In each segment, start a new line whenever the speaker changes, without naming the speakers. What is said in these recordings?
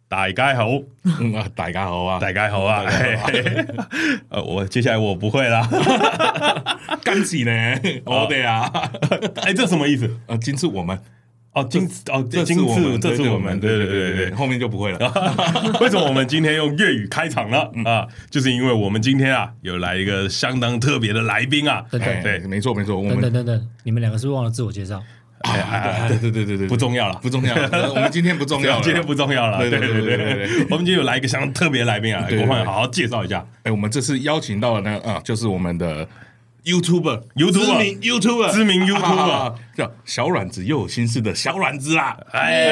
大家好，
大家好啊，
大家好啊！我接下来我不会啦，
干起呢，我的啊，
这什么意思？
今次我们
今次这次我们，对，
后面就不会了。
为什么我们今天用粤语开场呢？就是因为我们今天有来一个相当特别的来宾啊。
对，没错，我们
等，你们两个是不是忘了自我介绍？
对，
不重要了，
我们今天不重要了，
今天不重要了。对，我们今天有来一个相当特别的来宾啊，国焕好好介绍一下。
我们这次邀请到的呢，就是我们的 YouTuber 知名 YouTuber 叫小卵子又有心事的小卵子啦。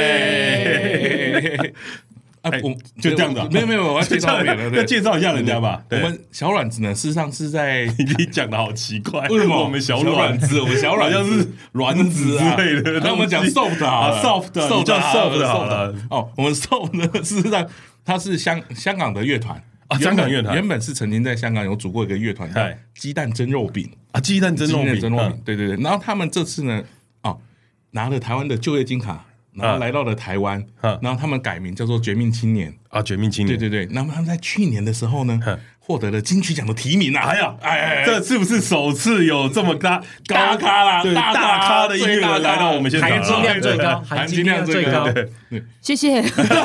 就这样子，
没有，我要介绍别的，
要介绍一下人家吧。
我们小卵子呢，事实上是在
你讲的好奇怪，
为什么
我们小卵子，
我们小卵
好像是卵子之类的，
那我们讲 soft 啊
，soft 叫 soft 好了。
我们 soft 呢，事实上它是香港的乐团
啊，香港乐团
原本是曾经在香港有组过一个乐团，叫鸡蛋蒸肉饼
啊，鸡蛋蒸肉饼，
对，然后他们这次呢，拿了台湾的就业金卡。然后来到了台湾，然后他们改名叫做绝命青年
啊，绝命青年，
对。那么他们在去年的时候呢，获得了金曲奖的提名啊！
这是不是首次有这么大
咖啦，
大咖的音乐人来到我们现场？
含金量最高，
含金量最高。
谢谢。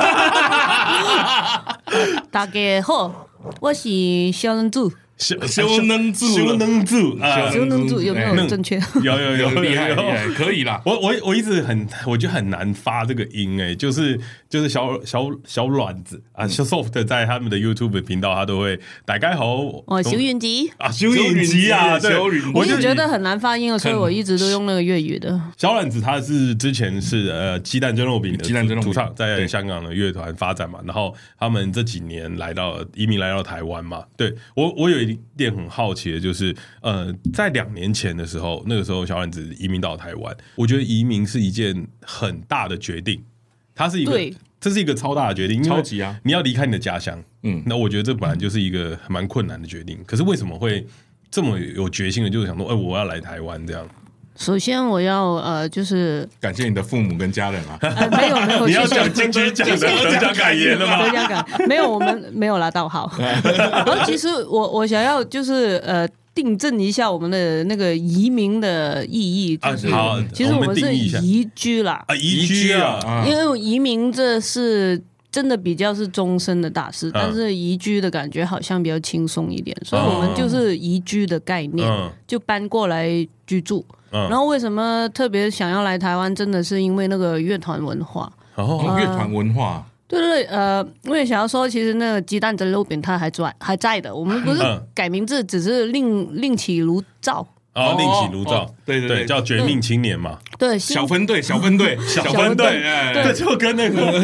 大家好，我是小人主。
修能助
有没有正确？
有
厉害，可以啦。
我一直我觉得很难发这个音就是小卵子啊，小 soft 在他们的 YouTube 频道，他都会大概好
修云集
啊，修云集啊，对，
我就觉得很难发音了，所以我一直都用那个粤语的。
小卵子他是之前是鸡蛋蒸肉饼的主唱，在香港的乐团发展嘛，然后他们这几年移民来到台湾嘛，对我有一点很好奇的就是，在2年前的时候，那个时候小卵子移民到台湾，我觉得移民是一件很大的决定，这是一个超大的决定，
超级啊！
你要离开你的家乡，那我觉得这本来就是一个蛮困难的决定，可是为什么会这么有决心的，就是想说，我要来台湾这样？
首先我要就是
感谢你的父母跟家人啊。
没有，
你要讲金曲奖的得奖感言了吗？
得奖感没有，我们没有拿到好。然后其实我想要就是订正一下我们的那个移民的意义，就是其实我们是移居啦，
移居啊，
因为移民这是真的比较是终身的大事，但是移居的感觉好像比较轻松一点，所以我们就是移居的概念，就搬过来居住。然后为什么特别想要来台湾？真的是因为那个乐团文化。
乐团文化。
对，我也想要说，其实那个鸡蛋蒸肉饼它还在的。我们不是改名字，只是另起炉灶。
另起炉灶，对，叫绝命青年嘛。
对，
小分队，
对，就跟那个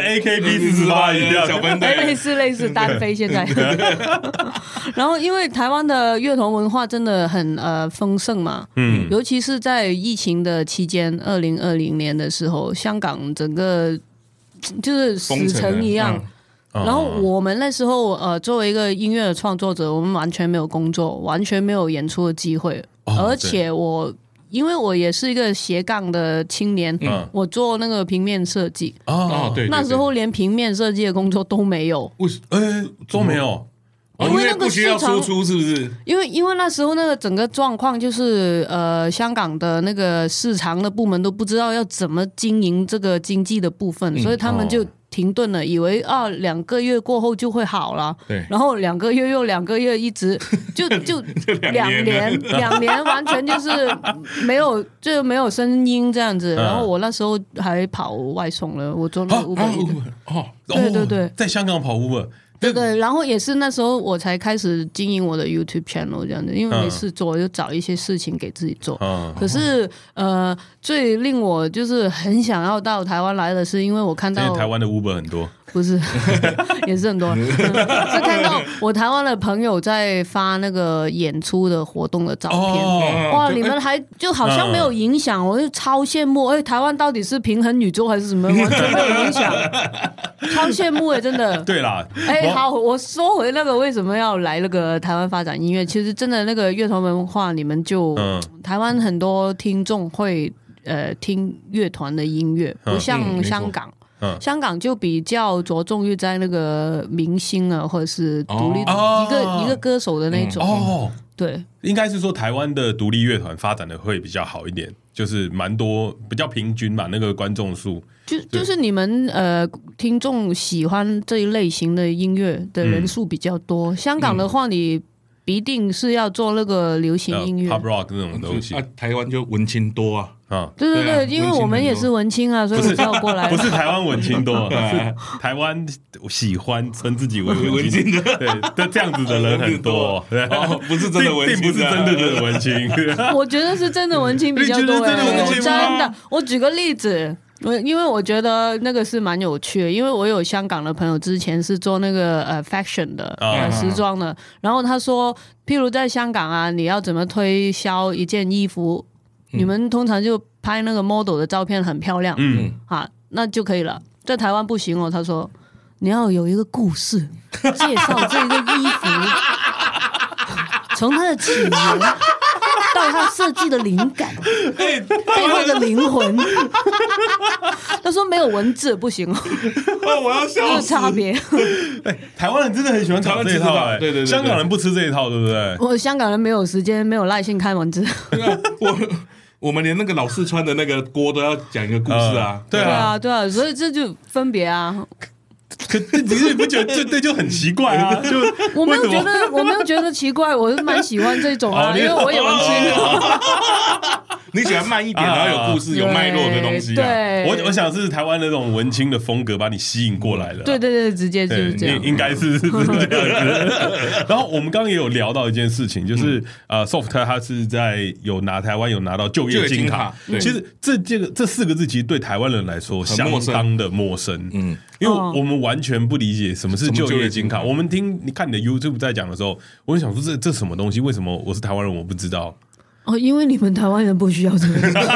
AKB48一样，
小分队，
类似单飞现在。然后因为台湾的乐团文化真的很丰盛嘛，尤其是在疫情的期间，2020年的时候，香港整个就是死城一样。然后我们那时候作为一个音乐的创作者，我们完全没有工作，完全没有演出的机会，而且因为我也是一个斜杠的青年，我做那个平面设计，
对，
那时候连平面设计的工作都没有，
都没有。
因为那个
市场输出是不是？
因为那时候那个整个状况就是香港的那个市场的部门都不知道要怎么经营这个经济的部分，所以他们就停顿了，以为2个月过后就会好了，
对，
然后2个月又2个月，一直就2年完全就是没有声音这样子。然后我那时候还跑外送了，我做了 Uber，对，
在香港跑 Uber。
对，然后也是那时候我才开始经营我的 YouTube channel 这样子，因为没事做，就找一些事情给自己做。可是最令我就是很想要到台湾来的是，因为我看到
台湾的 Uber 很多。
不是，也是很多，是看到我台湾的朋友在发那个演出的活动的照片，哇，你们还就好像没有影响，我就超羡慕。台湾到底是平衡宇宙还是什么？完全没有影响，超羡慕真的。
对啦，
好，我说回那个为什么要来那个台湾发展音乐，其实真的那个乐团文化，你们就台湾很多听众会听乐团的音乐，不像香港。 香港就比较着重于在那个明星啊，或者是独立一个歌手的那种。对，
应该是说台湾的独立乐团发展的会比较好一点，就是蛮多比较平均吧，那个观众数。
就是你们听众喜欢这一类型的音乐的人数比较多。香港的话，你必定是要做那个流行音乐
pop rock 那种东西。
台湾就文青多啊。
对，因为我们也是文青啊，所以我要过来。
不是台湾文青多，是台湾喜欢称自己为文青的，对，这样子的人很多，
不是真的文青，
并不是真的文青。
我觉得是真的文青比较多，真的。我举个例子。因为我觉得那个是蛮有趣的，因为我有香港的朋友之前是做那个fashion 的时装的，然后他说，譬如在香港啊，你要怎么推销一件衣服，你们通常就拍那个 model 的照片很漂亮，那就可以了。在台湾不行哦，他说你要有一个故事介绍这个衣服，从它的起源到他设计的灵感，背后的灵魂。他说没有文字不行哦，
我要笑死。
差别。
台湾人真的很喜欢搞这一套，对，香港人不吃这一套，对不对？
香港人没有时间，没有耐心看文字。
我们连那个老四川的那个锅都要讲一个故事啊，
对啊，所以这就分别啊。
可你不觉得这就很奇怪啊？就
我没有觉得奇怪，我是蛮喜欢这种因为我也文青。
你喜欢慢一点，然后有故事、有脉络的东西。
对，
我想是台湾那种文青的风格把你吸引过来了。
对，直接就是这样，
应该是这样子。然后我们刚刚也有聊到一件事情，就是Soft 他是在台湾有拿到就业金卡。其实这4个字其实对台湾人来说相当的陌生，因为我们完全不理解什么是就业金卡。我们你看你的 YouTube 在讲的时候，我就想说这什么东西？为什么我是台湾人我不知道？
因为你们台湾人不需要这个。这个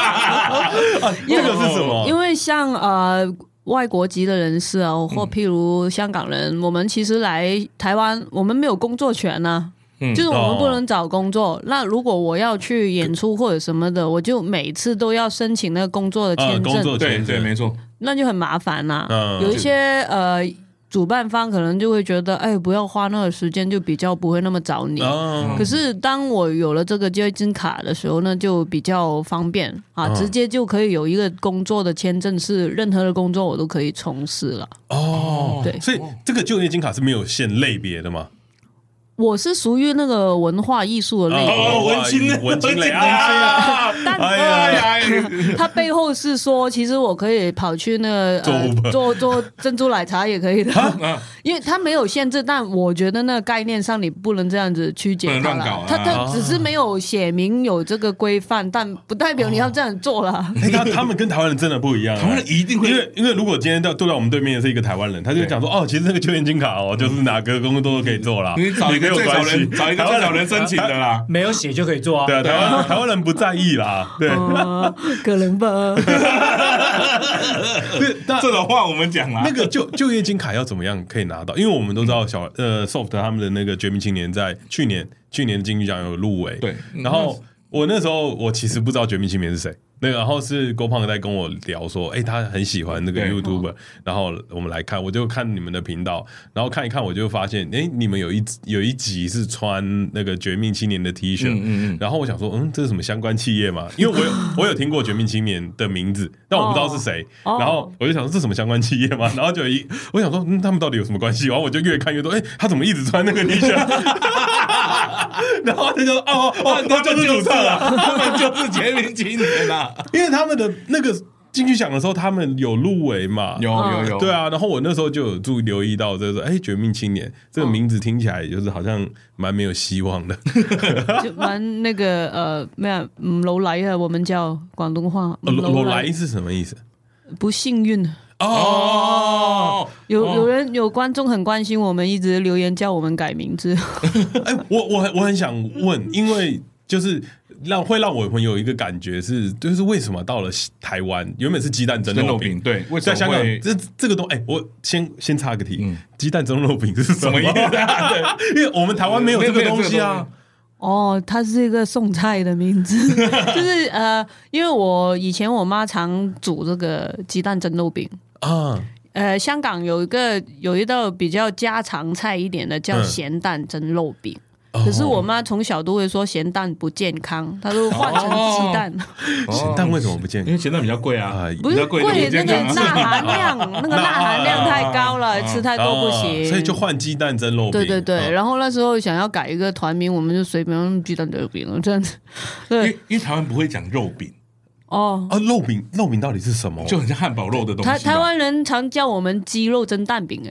是什么？
因为像外国籍的人士啊，或譬如香港人，我们其实来台湾，我们没有工作权啊。就是我们不能找工作，那如果我要去演出或者什么的，我就每次都要申请那个工作的签证。
对，没错，
那就很麻烦呐。有一些主办方可能就会觉得，不要花那个时间，就比较不会那么找你。可是当我有了这个就业金卡的时候呢，就比较方便直接就可以有一个工作的签证，是任何的工作我都可以从事了。对，
所以这个就业金卡是没有限类别的吗？
我是属于那个文化艺术的类别，
文青类
但它背后是说，其实我可以跑去那个做珍珠奶茶也可以的，因为它没有限制。但我觉得那个概念上你不能这样子曲解它了，它只是没有写明有这个规范，但不代表你要这样做了。
他们跟台湾人真的不一样，
台湾人一定会，
因为如果今天坐在我们对面的是一个台湾人，他就讲说其实那个就业金卡就是哪个工作都可以做啦。
找一个最少人申请的啦，
没有写就可以做啊。
对啊，台湾人不在意啦。对，
可能吧。
这种话我们讲啦。
那个就业金卡要怎么样可以拿到？因为我们都知道Soft 他们的那个绝命青年在去年的金曲奖有入围。
对，
然后我那时候我其实不知道绝命青年是谁。然后是郭胖在跟我聊说，他很喜欢那个 YouTuber， 然后我们来看，我就看你们的频道，然后看一看，我就发现，你们有一集是穿那个绝命青年的 T 恤，然后我想说，这是什么相关企业吗？因为我有听过绝命青年的名字，但我不知道是谁，然后我就想说这是什么相关企业吗？然后我想说，他们到底有什么关系？然后我就越看越多，他怎么一直穿那个 T 恤？然后他就说，他就是主唱啊，
他们就是绝命青年啊。
因为他们的那个金曲奖的时候，他们有入围嘛？
有，
对啊。然后我那时候就有留意到，就是说，绝命青年这个名字听起来就是好像蛮没有希望的，
就蛮那个没有老来啊，我们叫广东话。
老来是什么意思？
不幸运。有观众很关心我们，一直留言叫我们改名字。
我很想问，因为就是会让我有一个感觉是，就是为什么到了台湾，原本是鸡蛋蒸肉饼，
对，
在香港这个东我先插个题，鸡蛋蒸肉饼是什么意思？对，因为我们台湾没有这个东西啊。
它是一个送菜的名字，就是因为以前我妈常煮这个鸡蛋蒸肉饼，
啊。
香港有一道比较家常菜一点的叫咸蛋蒸肉饼。可是我妈从小都会说咸蛋不健康，她都换成鸡蛋。
咸蛋为什么不健康？
因为咸蛋比较贵啊，
不是贵，那个钠含量，那个钠含量太高了，吃太多不行。
所以就换鸡蛋蒸肉饼。
对，然后那时候想要改一个团名，我们就随便用鸡蛋蒸肉饼了，这样子。
对，因为台湾不会讲肉饼。
肉饼到底是什么？
就很像汉堡肉的东西。
台湾人常叫我们鸡肉蒸蛋饼，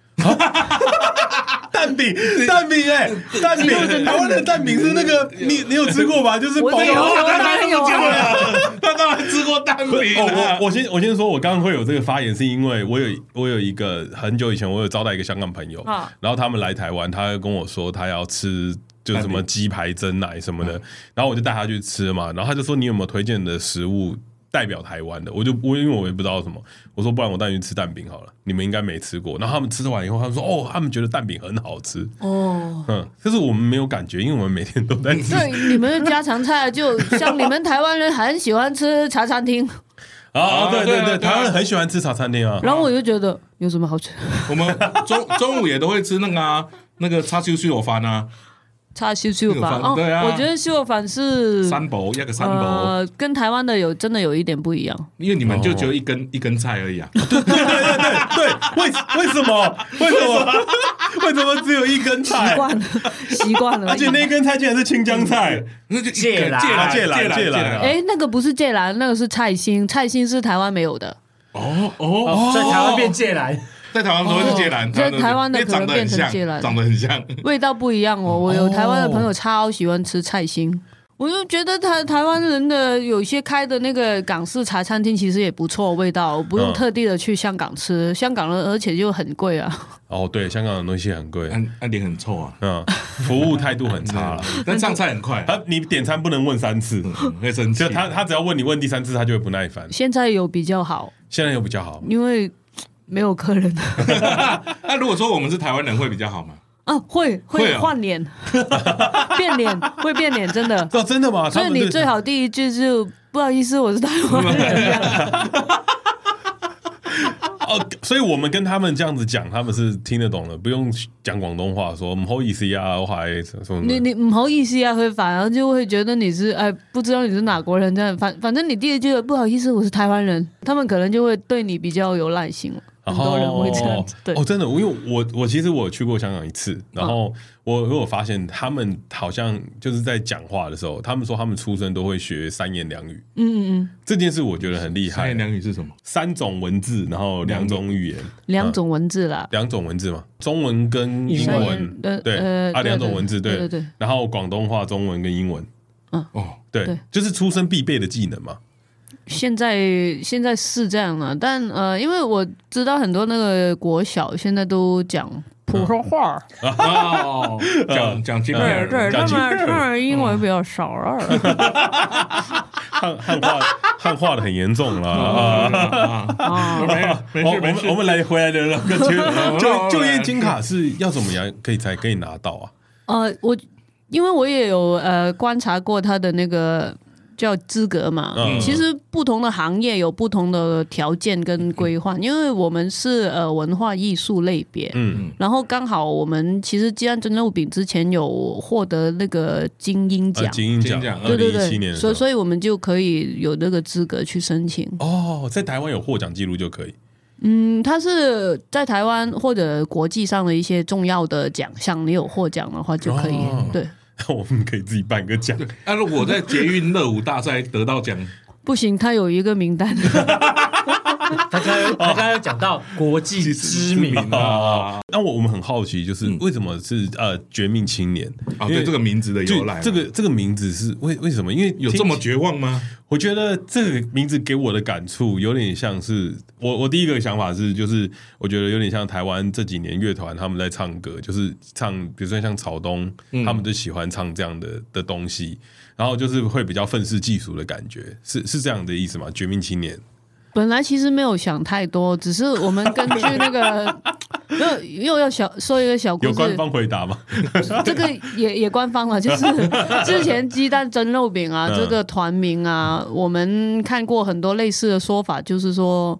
蛋饼，蛋饼，台湾的蛋饼是那个，你有吃过吧？就是
我有，
他当然吃过蛋饼。
我先说，我刚刚会有这个发言，是因为我有一个很久以前，我有招待一个香港朋友，然后他们来台湾，他跟我说他要吃。就什么鸡排蒸奶什么的，然后我就带他去吃嘛，然后他就说你有没有推荐的食物代表台湾的？因为我也不知道什么，我说不然我带你去吃蛋饼好了，你们应该没吃过。然后他们吃完以后，他们说他们觉得蛋饼很好吃可是我们没有感觉，因为我们每天都在吃。
对，你们的家常菜就像你们台湾人很喜欢吃茶餐厅。
对，台湾人很喜欢吃茶餐厅啊。
然后我就觉得有什么好吃？
我们中午也都会吃那个叉烧肉飯啊。
叉燒肉飯
对啊，
我觉得燒肉飯是
三寶一個三寶，
跟台湾的真的有一点不一样，
因为你们就只有一根菜而已啊。
对，为什么只有一根菜？
习惯了，
而且那根菜竟然是青江菜，
那就
芥蓝。
那个不是芥蓝，那个是菜心，菜心是台湾没有的。
所以台湾变芥蓝。
在台湾都是芥蓝，
在台湾的可能变成芥蓝，
长得很像，
味道不一样哦。我有台湾的朋友超喜欢吃菜心，我就觉得台湾人的有些开的那个港式茶餐厅其实也不错，味道不用特地的去香港吃，香港人而且就很贵啊。
对，香港的东西很贵，
脸很臭啊，
服务态度很差了，
但上菜很快。
你点餐不能问3次，
会生气。
就他只要问第3次，他就会不耐烦。
现在有比较好，
因
为没有客人。
那如果说我们是台湾人，会比较好吗？
会换脸，变脸，真的。
真的吗？
所以你最好第一句就不好意思，我是台湾人。
所以我们跟他们这样子讲，他们是听得懂的，不用讲广东话，说唔好意思啊，我还什么。
你唔好意思啊，会反而就会觉得你是不知道你是哪国人这样。反正你第一句不好意思，我是台湾人，他们可能就会对你比较有耐心了。很多人会这样子，对
真的，因为我其实我去过香港一次，然后我有发现他们好像就是在讲话的时候，他们说他们出生都会学3言2语，这件事我觉得很厉害。
3言2语是什么
？3种文字，然后2种语言
，2种文字啦
，2种文字嘛，中文跟英文，对，2种文字，对，然后广东话、中文跟英文，对，就是出生必备的技能嘛。
现在是这样了，但因为我知道很多那个国小现在都讲普通话，
讲金门，
对，他们英文比较少了，
汉化的很严重了没事，我们回来聊聊就业金卡是要怎么样才可以拿到啊？
因为我也有观察过他的那个。叫资格嘛，其实不同的行业有不同的条件跟规划，因为我们是文化艺术类别，然后刚好我们其实鸡蛋蒸肉饼之前有获得那个金鹰奖，
对，
所以我们就可以有那个资格去申请。
在台湾有获奖记录就可以。
它是在台湾或者国际上的一些重要的奖项，你有获奖的话就可以，对。
我们可以自己办个奖。
如果在捷运热舞大赛得到奖，
不行，他有一个名单。
他刚刚有讲到国际知名啊。
那我们很好奇，就是为什么是绝命青年？
对这个名字的由来，
这个名字是为什么？因为
有这么绝望吗？
我觉得这个名字给我的感触有点像是我第一个想法是，就是我觉得有点像台湾这几年乐团他们在唱歌，就是唱比如说像草东，他们就喜欢唱这样的东西，然后就是会比较愤世嫉俗的感觉，是这样的意思吗？绝命青年。
本来其实没有想太多，只是我们根据那个又要说一个小故事。
有官方回答吗？
这个也官方了，就是之前鸡蛋蒸肉饼啊，这个团名啊，我们看过很多类似的说法，就是说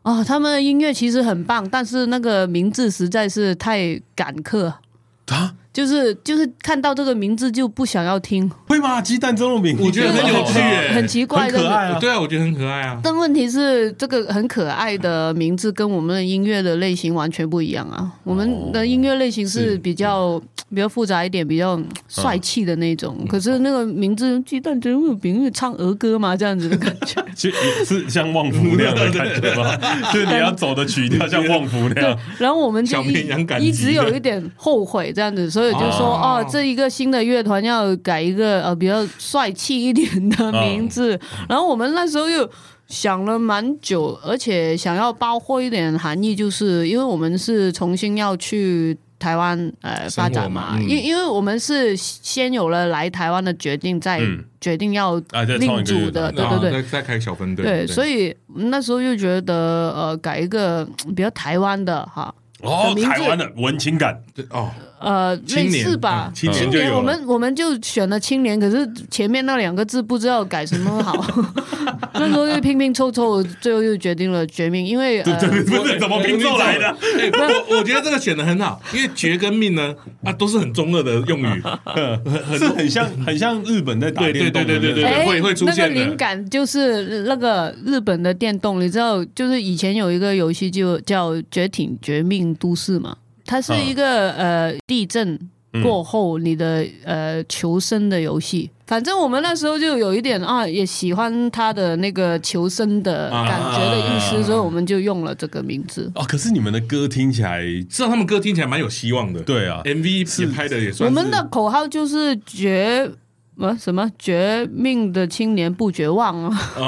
啊，他们的音乐其实很棒，但是那个名字实在是太赶客
啊。
就是看到这个名字就不想要听，
会吗？鸡蛋蒸肉饼，
我觉得很有趣耶，
很奇怪，
很可爱啊。
对啊，我觉得很可爱啊。
但问题是，这个很可爱的名字跟我们的音乐的类型完全不一样啊。我们的音乐类型是比较复杂一点，比较帅气的那种。可是那个名字鸡蛋蒸肉饼唱儿歌嘛，这样子的感觉，
是像旺福那样的感觉吗？就是你要走的曲调像旺福那样。
然后我们就一直有一点后悔这样子，所以就说这一个新的乐团要改一个比较帅气一点的名字。然后我们那时候又想了蛮久，而且想要包括一点含义，就是因为我们是重新要去台湾发展嘛，因为我们是先有了来台湾的决定，再决定要另组的，对，
再开小分队，
对，所以那时候就觉得改一个比较台湾的哈。
台湾的文青感，
类似吧，青年我们就选了青年，可是前面那2个字不知道改什么好，那时候就拼拼凑凑，最后就决定了绝命，因为
不是怎么拼凑来的？
我觉得这个选的很好，因为绝跟命呢都是很中二的用语，
是很像日本在打电动，
对，会出现
那个灵感就是那个日本的电动，你知道，就是以前有一个游戏就叫《绝挺绝命都市》嘛。它是一个地震过后你的求生的游戏。反正我们那时候就有一点也喜欢它的那个求生的感觉的意思，所以我们就用了这个名字。
可是你们的歌听起来，
知道他们歌听起来蛮有希望的。
对啊
，MV 也拍的也算是。
我们的口号就是什么绝命的青年不绝望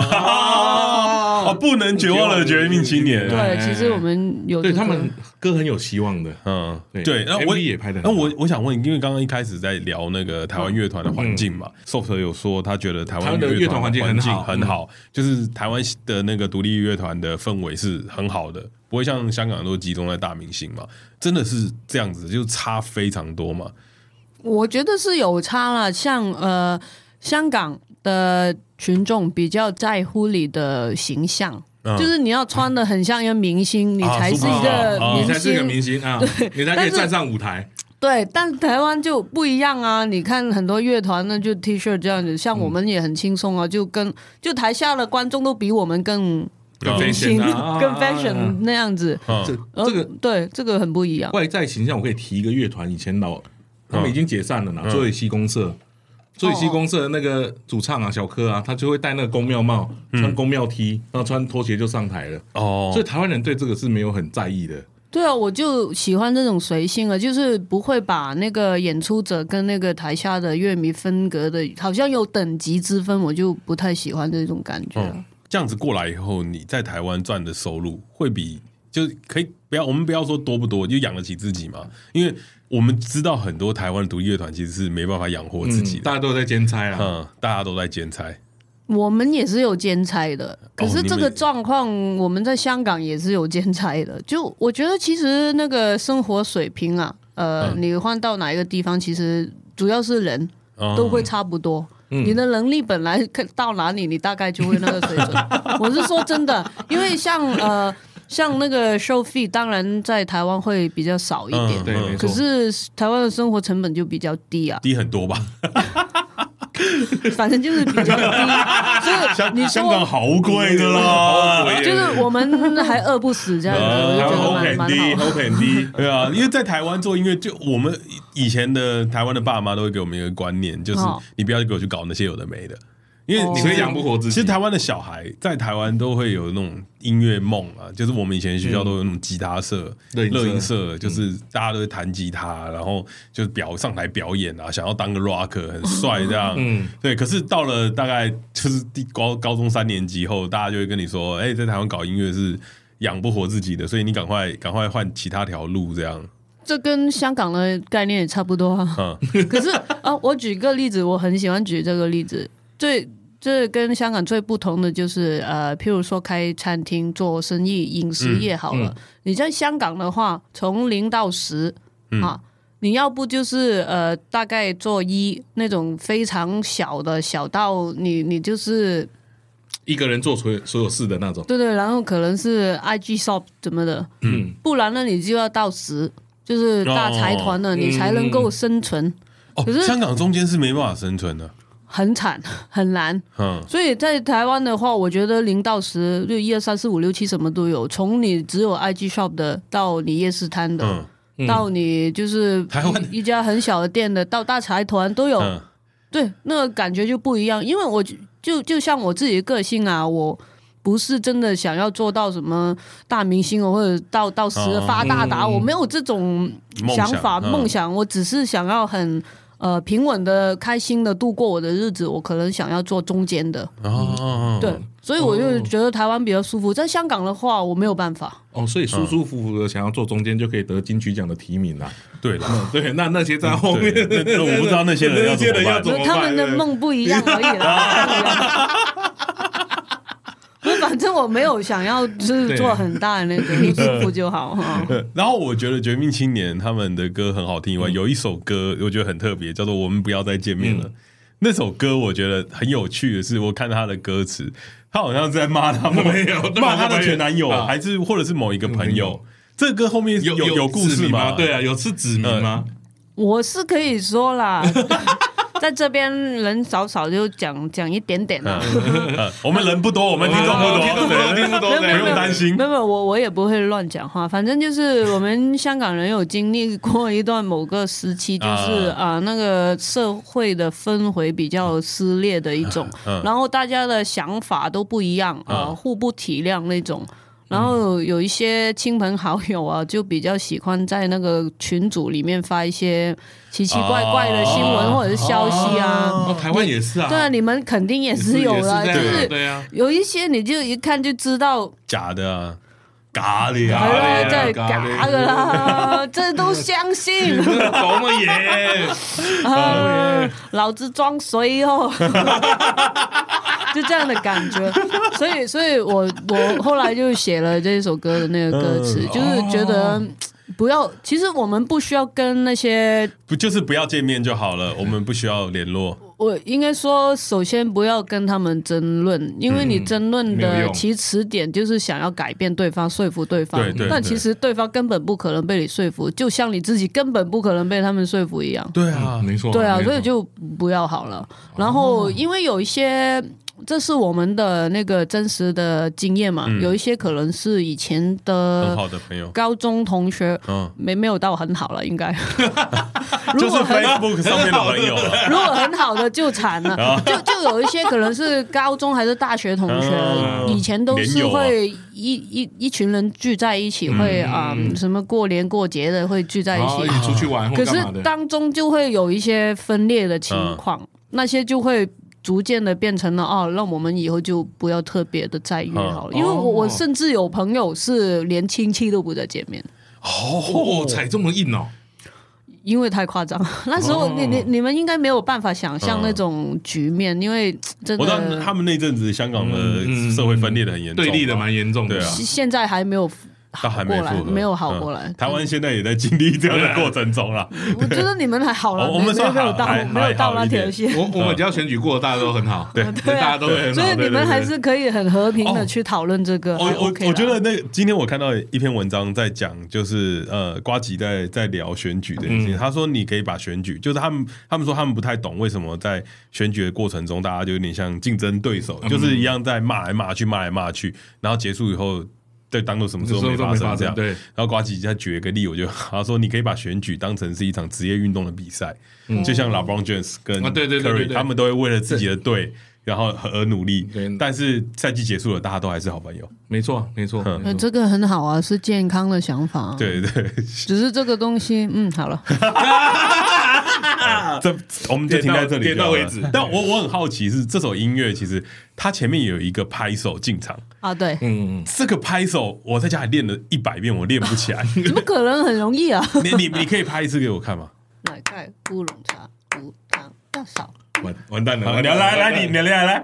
不能绝望的绝命青年。
对，其实我们有
对他们歌很有希望的。
对。然后
MV 也拍的。
那我想问，因为刚刚一开始在聊那个台湾乐团的环境嘛，Soft 有说他觉得台湾的乐团环境很好，就是台湾的那个独立乐团的氛围是很好的，不会像香港都集中在大明星嘛，真的是这样子，就差非常多嘛。
我觉得是有差了，像香港的群众比较在乎你的形象，就是你要穿的很像一个明星，你才是一个明星，
你才是一个明星啊，对，你才可以站上舞台。
对，但台湾就不一样啊！你看很多乐团呢，就 T 恤这样子，像我们也很轻松啊，就台下的观众都比我们更明星、更 fashion 那样子。这个很不一样。
外在形象，我可以提一个乐团，以前他们已经解散了啦，卓野西公社。卓野西公社的那个主唱小柯他就会戴那个宫庙帽，穿宫庙 T， 然后穿拖鞋就上台了。所以台湾人对这个是没有很在意的。
对啊，我就喜欢这种随性就是不会把那个演出者跟那个台下的乐迷分隔的，好像有等级之分，我就不太喜欢这种感觉。
这样子过来以后，你在台湾赚的收入会比就是可以我们不要说多不多，就养得起自己嘛，因为我们知道很多台湾的独立乐团其实是没办法养活自己的，
大家都在兼差啦，
大家都在兼差。
我们也是有兼差的，可是这个状况我们在香港也是有兼差的。就我觉得其实那个生活水平你换到哪一个地方，其实主要是人都会差不多。你的能力本来到哪里，你大概就会那个水准。我是说真的，因为像那个收费，当然在台湾会比较少一点，
对，
可是台湾的生活成本就比较低啊，
低很多吧。
反正就是比较低，所以你说
香港好贵的啦，
就是我们还饿不死这样子，我就觉得蛮好。
对啊，因为在台湾做音乐，就我们以前的台湾的爸妈都会给我们一个观念，就是你不要给我去搞那些有的没的。因为
你可以养不活自己。
其实台湾的小孩在台湾都会有那种音乐梦啊，就是我们以前学校都有那种吉他社、乐音社，就是大家都会弹吉他，然后就是上台表演啊，想要当个 rocker 很帅这样。对。可是到了大概就是高中3年级后，大家就会跟你说，在台湾搞音乐是养不活自己的，所以你赶快换其他条路这样。
这跟香港的概念也差不多啊。可是我举个例子，我很喜欢举这个例子，这跟香港最不同的就是譬如说开餐厅做生意饮食业好了，你在香港的话从0到10你要不就是大概做1那种非常小的，小到你就是
一个人做所有事的那种。
对对，然后可能是 IG shop 怎么的，不然呢你就要到10，就是大财团了，你才能够生存。
可是香港中间是没办法生存的。
很惨很难，所以在台湾的话，我觉得0到10就1、2、3、4、5、6、7什么都有，从你只有 IG shop 的，到你夜市摊的，到你就是一家很小的店的，到大财团都有，对，那个感觉就不一样。因为我就像我自己的个性啊，我不是真的想要做到什么大明星或者到10发大达，我没有这种想法梦想，我只是想要很。平稳的、开心的度过我的日子，我可能想要做中间的。对，所以我就觉得台湾比较舒服。在香港的话，我没有办法。
所以舒舒服服的想要做中间，就可以得金曲奖的提名啦。
对了，
对，那些在后面，
我不知道那些人要怎么办，
他们的梦不一样而已啦。反正我没有想要就是做很大的那个，舒服就好。
然后我觉得绝命青年他们的歌很好听以外，有一首歌我觉得很特别，叫做《我们不要再见面了》。那首歌我觉得很有趣的是，我看他的歌词，他好像是在骂他的前男友，还是或者是某一个朋友。这个歌后面有故事吗？
对啊，有是指名吗？
我是可以说啦。在这边人少少就讲一点点啦。
我们人不多，我们听众不多，不用担心。
没有，我也不会乱讲话。反正就是我们香港人有经历过一段某个时期，就是那个社会的氛围比较撕裂的一种，然后大家的想法都不一样互不体谅那种。然后有一些亲朋好友啊，就比较喜欢在那个群组里面发一些奇奇怪怪的新闻或者是消息啊。
台湾也是啊。
对啊，你们肯定也是有啦，就是有一些你就一看就知道
假的啊。假的
啊，对，假的啦，这都相信。
什么耶？
老子装谁哦？就这样的感觉，所以我后来就写了这首歌的那个歌词，就是觉得不要，其实我们不需要跟那些
就是不要见面就好了，我们不需要联络。
我应该说，首先不要跟他们争论，因为你争论的起始点就是想要改变对方、说服对方，但其实对方根本不可能被你说服，就像你自己根本不可能被他们说服一样。
对啊，
没错。
对啊，所以就不要好了。然后，因为有一些。这是我们的那个真实的经验嘛，有一些可能是以前的
很好的朋友、
高中同学，没有到很好了，应该。
就是 Facebook 上面的朋友了。
如果很好的就惨了，就有一些可能是高中还是大学同学，以前都是会一群人聚在一起，会什么过年过节的会聚在一起
出去玩，
可是当中就会有一些分裂的情况，那些就会。逐渐的变成了那我们以后就不要特别的再约好了，因为我甚至有朋友是连亲戚都不再见面。
才这么硬哦。
因为太夸张，那时候你们应该没有办法想象那种局面，因为真的，
我知道他们那阵子香港的社会分裂的很严重，
对立的蛮严重的，
对啊，
现在还没有。
还
没有好过来。
台湾现在也在经历这样的过程中了。
我觉得你们还好了，
我们
没有到那条线。
我们只要选举过，大家都很好，对，大家都很好。
所以你们还是可以很和平的去讨论这个。
我觉得今天我看到一篇文章在讲，就是呱吉在聊选举的事情。他说你可以把选举，就是他们说他们不太懂为什么在选举的过程中，大家就有点像竞争对手，就是一样在骂来骂去，然后结束以后。对，当做什么事都没发生这样。
对，
然后呱吉他举了个例，他说你可以把选举当成是一场职业运动的比赛，就像LeBron James 跟 Curry 他们都会为了自己的队，然后而努力。但是赛季结束了，大家都还是好朋友。
没错。
这个很好啊，是健康的想法。
对，
只是这个东西，好了。
我们就停在这里，
点到为止。
但我很好奇是这首音乐，其实它前面有一个拍手进场
啊，对，
这个拍手我在家里练了100遍，我练不起来。
怎么可能？很容易啊！
你可以拍一次给我看吗？
奶盖乌龙茶无糖要少。
完蛋了！
你来，你来。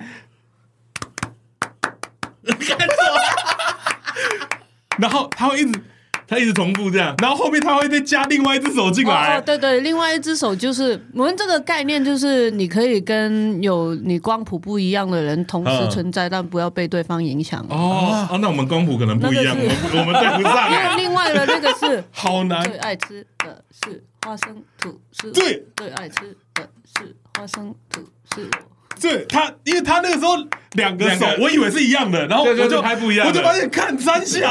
然后他会一直。
他一直重复这样，
然后后面他会再加另外一只手进来。
对对，另外一只手就是我们这个概念，就是你可以跟有你光谱不一样的人同时存在，但不要被对方影响。
那我们光谱可能不一样，我们对不上。
因为另外的那个是
好难。
最爱吃的是花生吐司，
对，
最爱吃的是花生吐司。
对他，因为他那个时候两个手，我以为是一样的，然后我就
拍不一样，
我就发现看三小。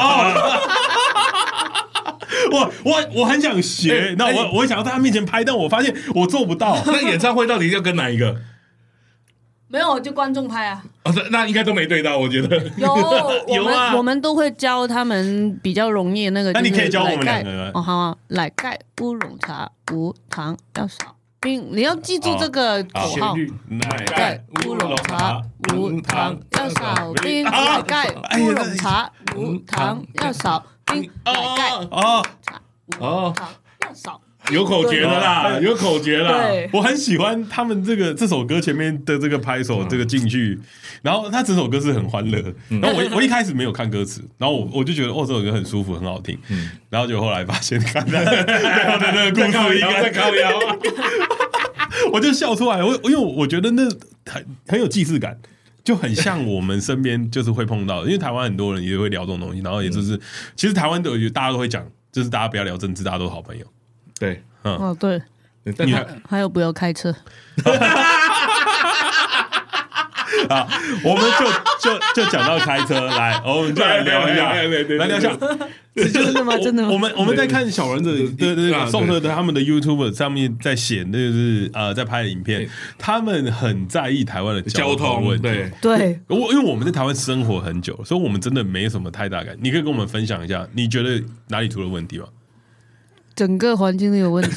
我很想学，那我想要在他面前拍，但我发现我做不到。
那演唱会到底要跟哪一个？
没有，就观众拍啊。
那应该都没对到，我觉得。
有啊，我们都会教他们比较容易那个。
那你可以教我们两个。
好啊，奶盖乌龙茶无糖要少冰，你要记住这个口号。
奶盖乌龙茶无糖要少冰，
奶盖乌龙茶无糖要少冰，奶盖茶无糖要少。
有口诀的啦，有口诀啦。
对，
我很喜欢他们这首歌前面的这个拍手，这个进去，然后他整首歌是很欢乐。然后我一开始没有看歌词，然后我就觉得这首歌很舒服，很好听。然后就后来发现看背后的那个故事应该在靠腰，我就笑出来。因为我觉得那很有既视感。就很像我们身边就是会碰到的，因为台湾很多人也会聊这种东西，然后也就是其实台湾大家都会讲，就是大家不要聊政治，大家都是好朋友。
对，
对，还有不要开车。
啊，我们就讲到开车，来，我们就来聊一下，来聊一下。
真的吗？真的吗？
我们在看小人的宋特的他们的 YouTube 上面在写，那就是在拍的影片，他们很在意台湾的交通问题。
对，
因为我们在台湾生活很久，所以我们真的没什么太大感。你可以跟我们分享一下，你觉得哪里出了问题吗？
整个环境都有问题。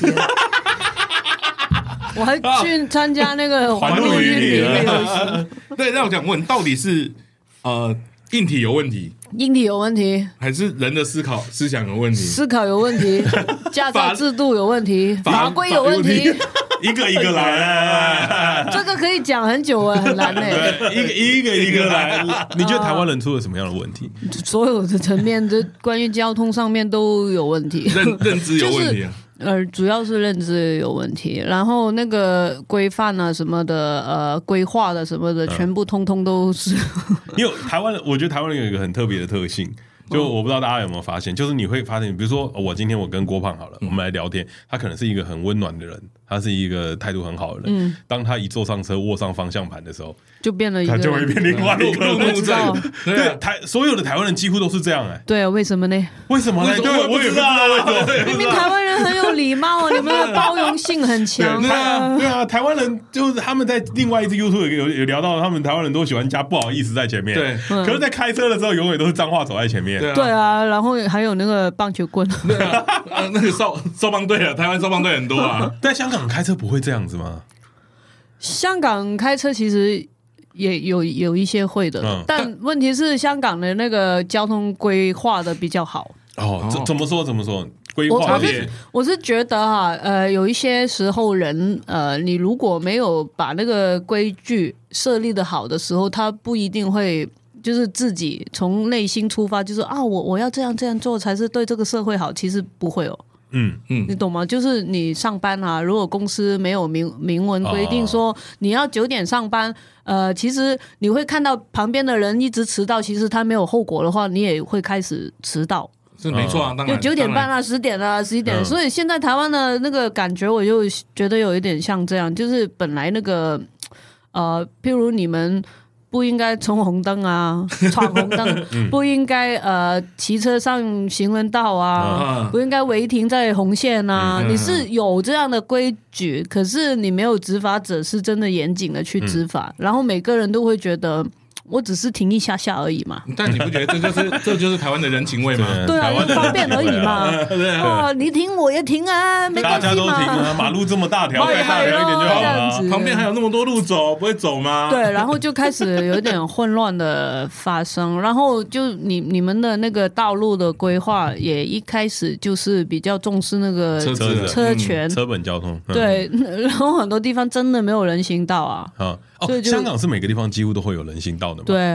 我还去参加那个环路运营游戏。
对，让我想问，到底是硬体有问题，
硬体有问题，
还是人的思想有问题？
思考有问题，驾照制度有问题，法规有问题，
一个一个来。
这个可以讲很久很难
一个来。你觉得台湾人出了什么样的问题？
所有的层面，这关于交通上面都有问题，
认知有问题啊。
主要是认知有问题，然后那个规范啊什么的，规划的什么的，全部通通都是。
因为我觉得台湾人有一个很特别的特性，就我不知道大家有没有发现，就是你会发现，比如说今天我跟郭胖好了，我们来聊天，他可能是一个很温暖的人，他是一个态度很好的人，当他一坐上车握上方向盘的时候，
就变了一个，
他就会变另外一个人。
对，
所有的台湾人几乎都是这样
对啊，为什么呢？
为什么呢？对，我也不知道为什么。
明明台湾人很有礼貌，你们的包容性很强。
对啊，台湾人就是他们在另外一支 YouTube 有聊到，他们台湾人都喜欢加不好意思在前面，
对，
可是在开车的时候永远都是脏话走在前面。
对啊，然后还有那个棒球棍，
那个少棒队啊，台湾少棒队很多啊。
在香港开车不会这样子吗？
香港开车其实也有一些会的，但问题是香港的那个交通规划的比较好。
怎么说？规划
我是觉得有一些时候人你如果没有把那个规矩设立的好的时候，他不一定会就是自己从内心出发，就是我要这样做才是对这个社会好，其实不会哦。你懂吗？就是你上班啊，如果公司没有明文规定说你要9点上班，其实你会看到旁边的人一直迟到，其实他没有后果的话，你也会开始迟到。
是没错啊，当然
就9点半啊、10点啊、11点，所以现在台湾的那个感觉，我就觉得有一点像这样，就是本来那个譬如你们不应该冲红灯啊，闯红灯，不应该骑车上行人道啊，不应该违停在红线啊。你是有这样的规矩，可是你没有执法者是真的严谨的去执法，然后每个人都会觉得我只是停一下下而已嘛。
但你不觉得这就是台湾的人情味吗？
对啊，方便而已嘛。你停我也停啊，没关系嘛。
大家都停啊，马路这么大条，再大条一点就好了。
旁边还有那么多路走，不会走吗？
对，然后就开始有点混乱的发生，然后就你们的那个道路的规划也一开始就是比较重视那个车权、
车本交通。
对，然后很多地方真的没有人行道啊。
香港是每个地方几乎都会有人行道的嘛？
对，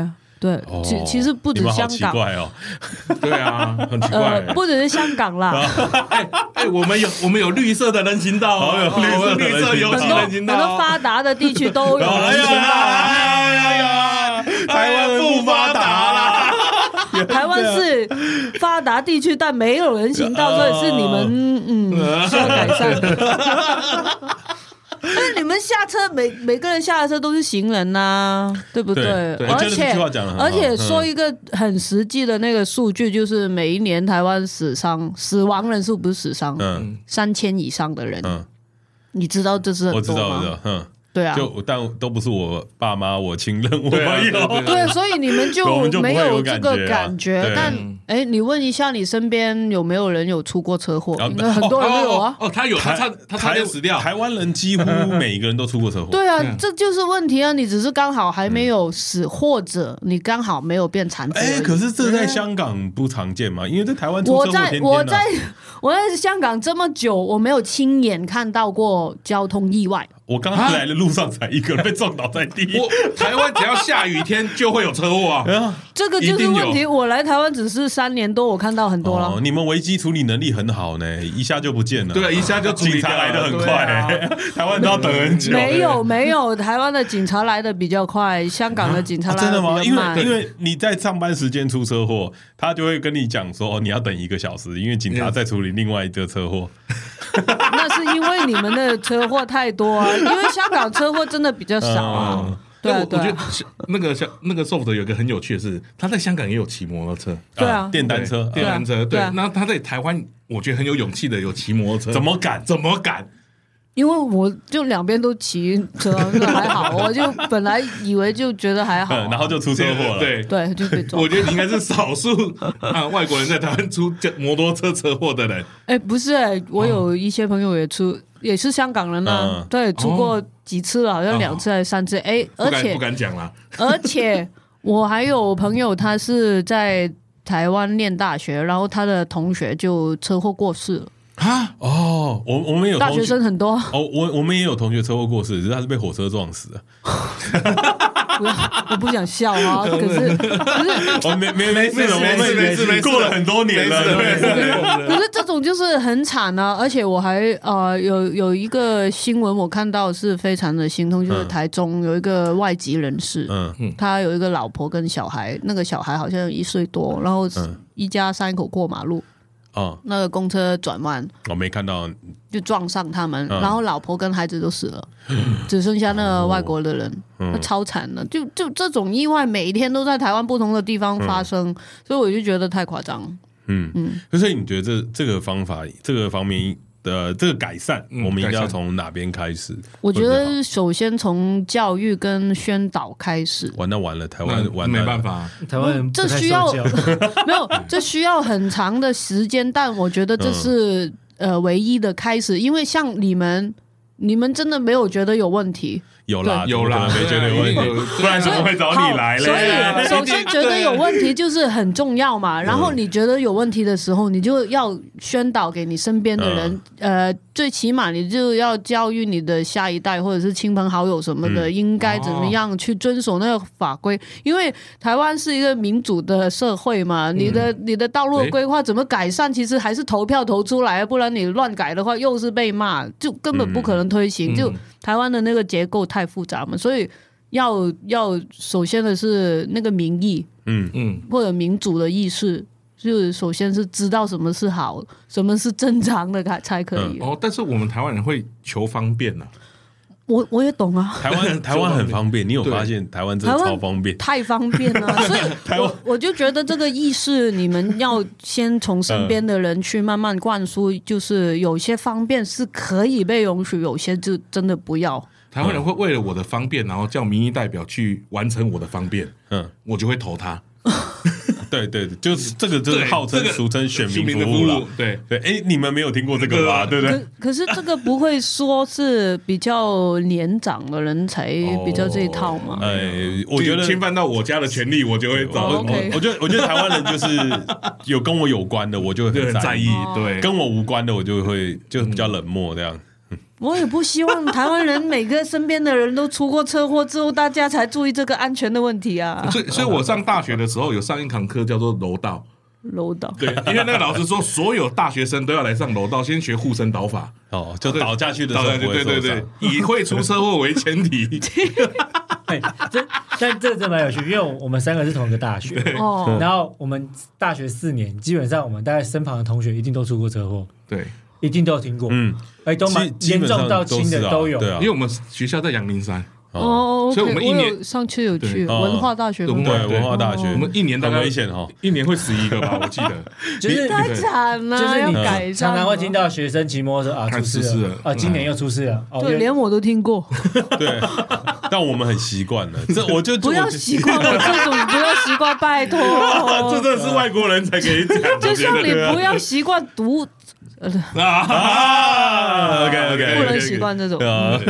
对，其实不止香港，
好奇怪哦，
对啊，很奇怪，
不只是香港啦。
我们有绿色的人行道，
有绿色
游骑人行道，
很多发达的地区都有人行道。
哎呀，台湾不发达啦。
台湾是发达地区，但没有人行道，所以是你们需要改善。因为你们下车每个人下的车都是行人呐，对不对？而且说一个很实际的那个数据，就是每一年台湾死亡人数不是死伤，3000以上的人，你知道这是很多吗？
我知道，
对啊，
但都不是我爸妈、我亲人、我朋友，
对，所以你们就没有这个感觉。但你问一下，你身边有没有人有出过车祸？应该很多人都有啊。
他有，他差点死掉。
台湾人几乎每一个人都出过车祸。
对啊，这就是问题啊！你只是刚好还没有死，或者你刚好没有变残疾。
可是这在香港不常见嘛？因为在台湾出车祸天天
我在香港这么久，我没有亲眼看到过交通意外。
我刚刚来的路上才一个人被撞倒在地。
台湾只要下雨天就会有车祸啊，
这个就是问题。我来台湾只是3年多，我看到很多了。
你们危机处理能力很好呢，一下就不见了。
对，一下就
警察来的很快，台湾都要等很久。
没有，台湾的警察来的比较快，香港的警察来的比较慢。
因为你在上班时间出车祸，他就会跟你讲说，你要等1个小时，因为警察在处理另外一个车祸。
那是因为你们的车祸太多啊，因为香港车祸真的比较少啊。
对，我觉得那个 Soft 有一个很有趣的是，他在香港也有骑摩托车，
对啊，
电单车，
对。那他在台湾，我觉得很有勇气的有骑摩托车，
怎么敢？
因为我就两边都骑车，还好，我就本来以为就觉得还好，
然后就出车祸了，
对，就被撞。
我觉得你应该是少数外国人在台湾出摩托车车祸的人。
不是我有一些朋友也是香港人呢，对，出过几次了，好像2次还是3次，而且
不敢讲啦。
而且我还有朋友，他是在台湾念大学，然后他的同学就车祸过世了。
我们有
大学生很多
我们也有同学车祸过世，只是他是被火车撞死的。
我不想笑啊，可是
没事，过了很多年了。
可是这种就是很惨啊，而且我还有一个新闻我看到是非常的心痛，就是台中有一个外籍人士，他有一个老婆跟小孩，那个小孩好像1岁多，然后一家3口过马路。那个公车转弯，
我没看到，
就撞上他们，然后老婆跟孩子都死了，只剩下那个外国的人，超惨了。就这种意外，每一天都在台湾不同的地方发生，所以我就觉得太夸张。
所以你觉得这个方法，这个方面的这个改善，我们应该要从哪边开始？
我觉得首先从教育跟宣导开始。
完了，台湾
没办法，
台湾人
这需要没有，这需要很长的时间，但我觉得这是唯一的开始，因为像你们真的没有觉得有问题。
有啦，没觉得有问题，不然怎么会找你来嘞？
所以首先觉得有问题就是很重要嘛。然后你觉得有问题的时候，你就要宣导给你身边的人，最起码你就要教育你的下一代或者是亲朋好友什么的，应该怎么样去遵守那个法规。因为台湾是一个民主的社会嘛，你的道路规划怎么改善，其实还是投票投出来，不然你乱改的话又是被骂，就根本不可能推行。就台湾的那个结构太复杂嘛，所以要首先的是那个民意，或者民主的意识，就是首先是知道什么是好，什么是正常的才可以。
但是我们台湾人会求方便啊。
我也懂啊，
台湾很方便，你有发现台湾真的超方便，
太方便了，所以我就觉得这个意识你们要先从身边的人去慢慢灌输，就是有些方便是可以被容许，有些就真的不要。
台湾人会为了我的方便，然后叫民意代表去完成我的方便，我就会投他。
对，就是这个，就是号称俗称选民服务了。对，你们没有听过这个吧？对不对？
可是这个不会说是比较年长的人才比较这一套吗？
我觉得
侵犯到我家的权利，我就会找。
我觉得台湾人就是跟我有关的，我就会很在意；对，跟我无关的，我就比较冷漠这样。
我也不希望台湾人每个身边的人都出过车祸之后，大家才注意这个安全的问题啊。
所以我上大学的时候有上一堂课叫做柔道。
柔道
对，因为那个老师说，所有大学生都要来上柔道，先学护身导法。
就倒下去的时候不会受伤，
以会出车祸为前提。
但这真蛮有趣，因为我们3个是同一个大学，然后我们大学4年，基本上我们大概身旁的同学一定都出过车祸，
对，
一定都有听过，都蛮严重到轻的都有，
因为我们学校在阳明山。
所以我们1年上去有去文化大学，
对文化大学，
我们1年大概
危险
1年会死1个吧，我记得，
就是
太惨了，
就是你
要改善。
常常会听到学生骑摩托车出事了，今年又出事了，
对，连我都听过。
对，但我们很习惯了，我就
不要习惯我这种，不要习惯，拜托，
这真的是外国人才可以讲，
就像你不要习惯读
，OK，
不能习惯这种。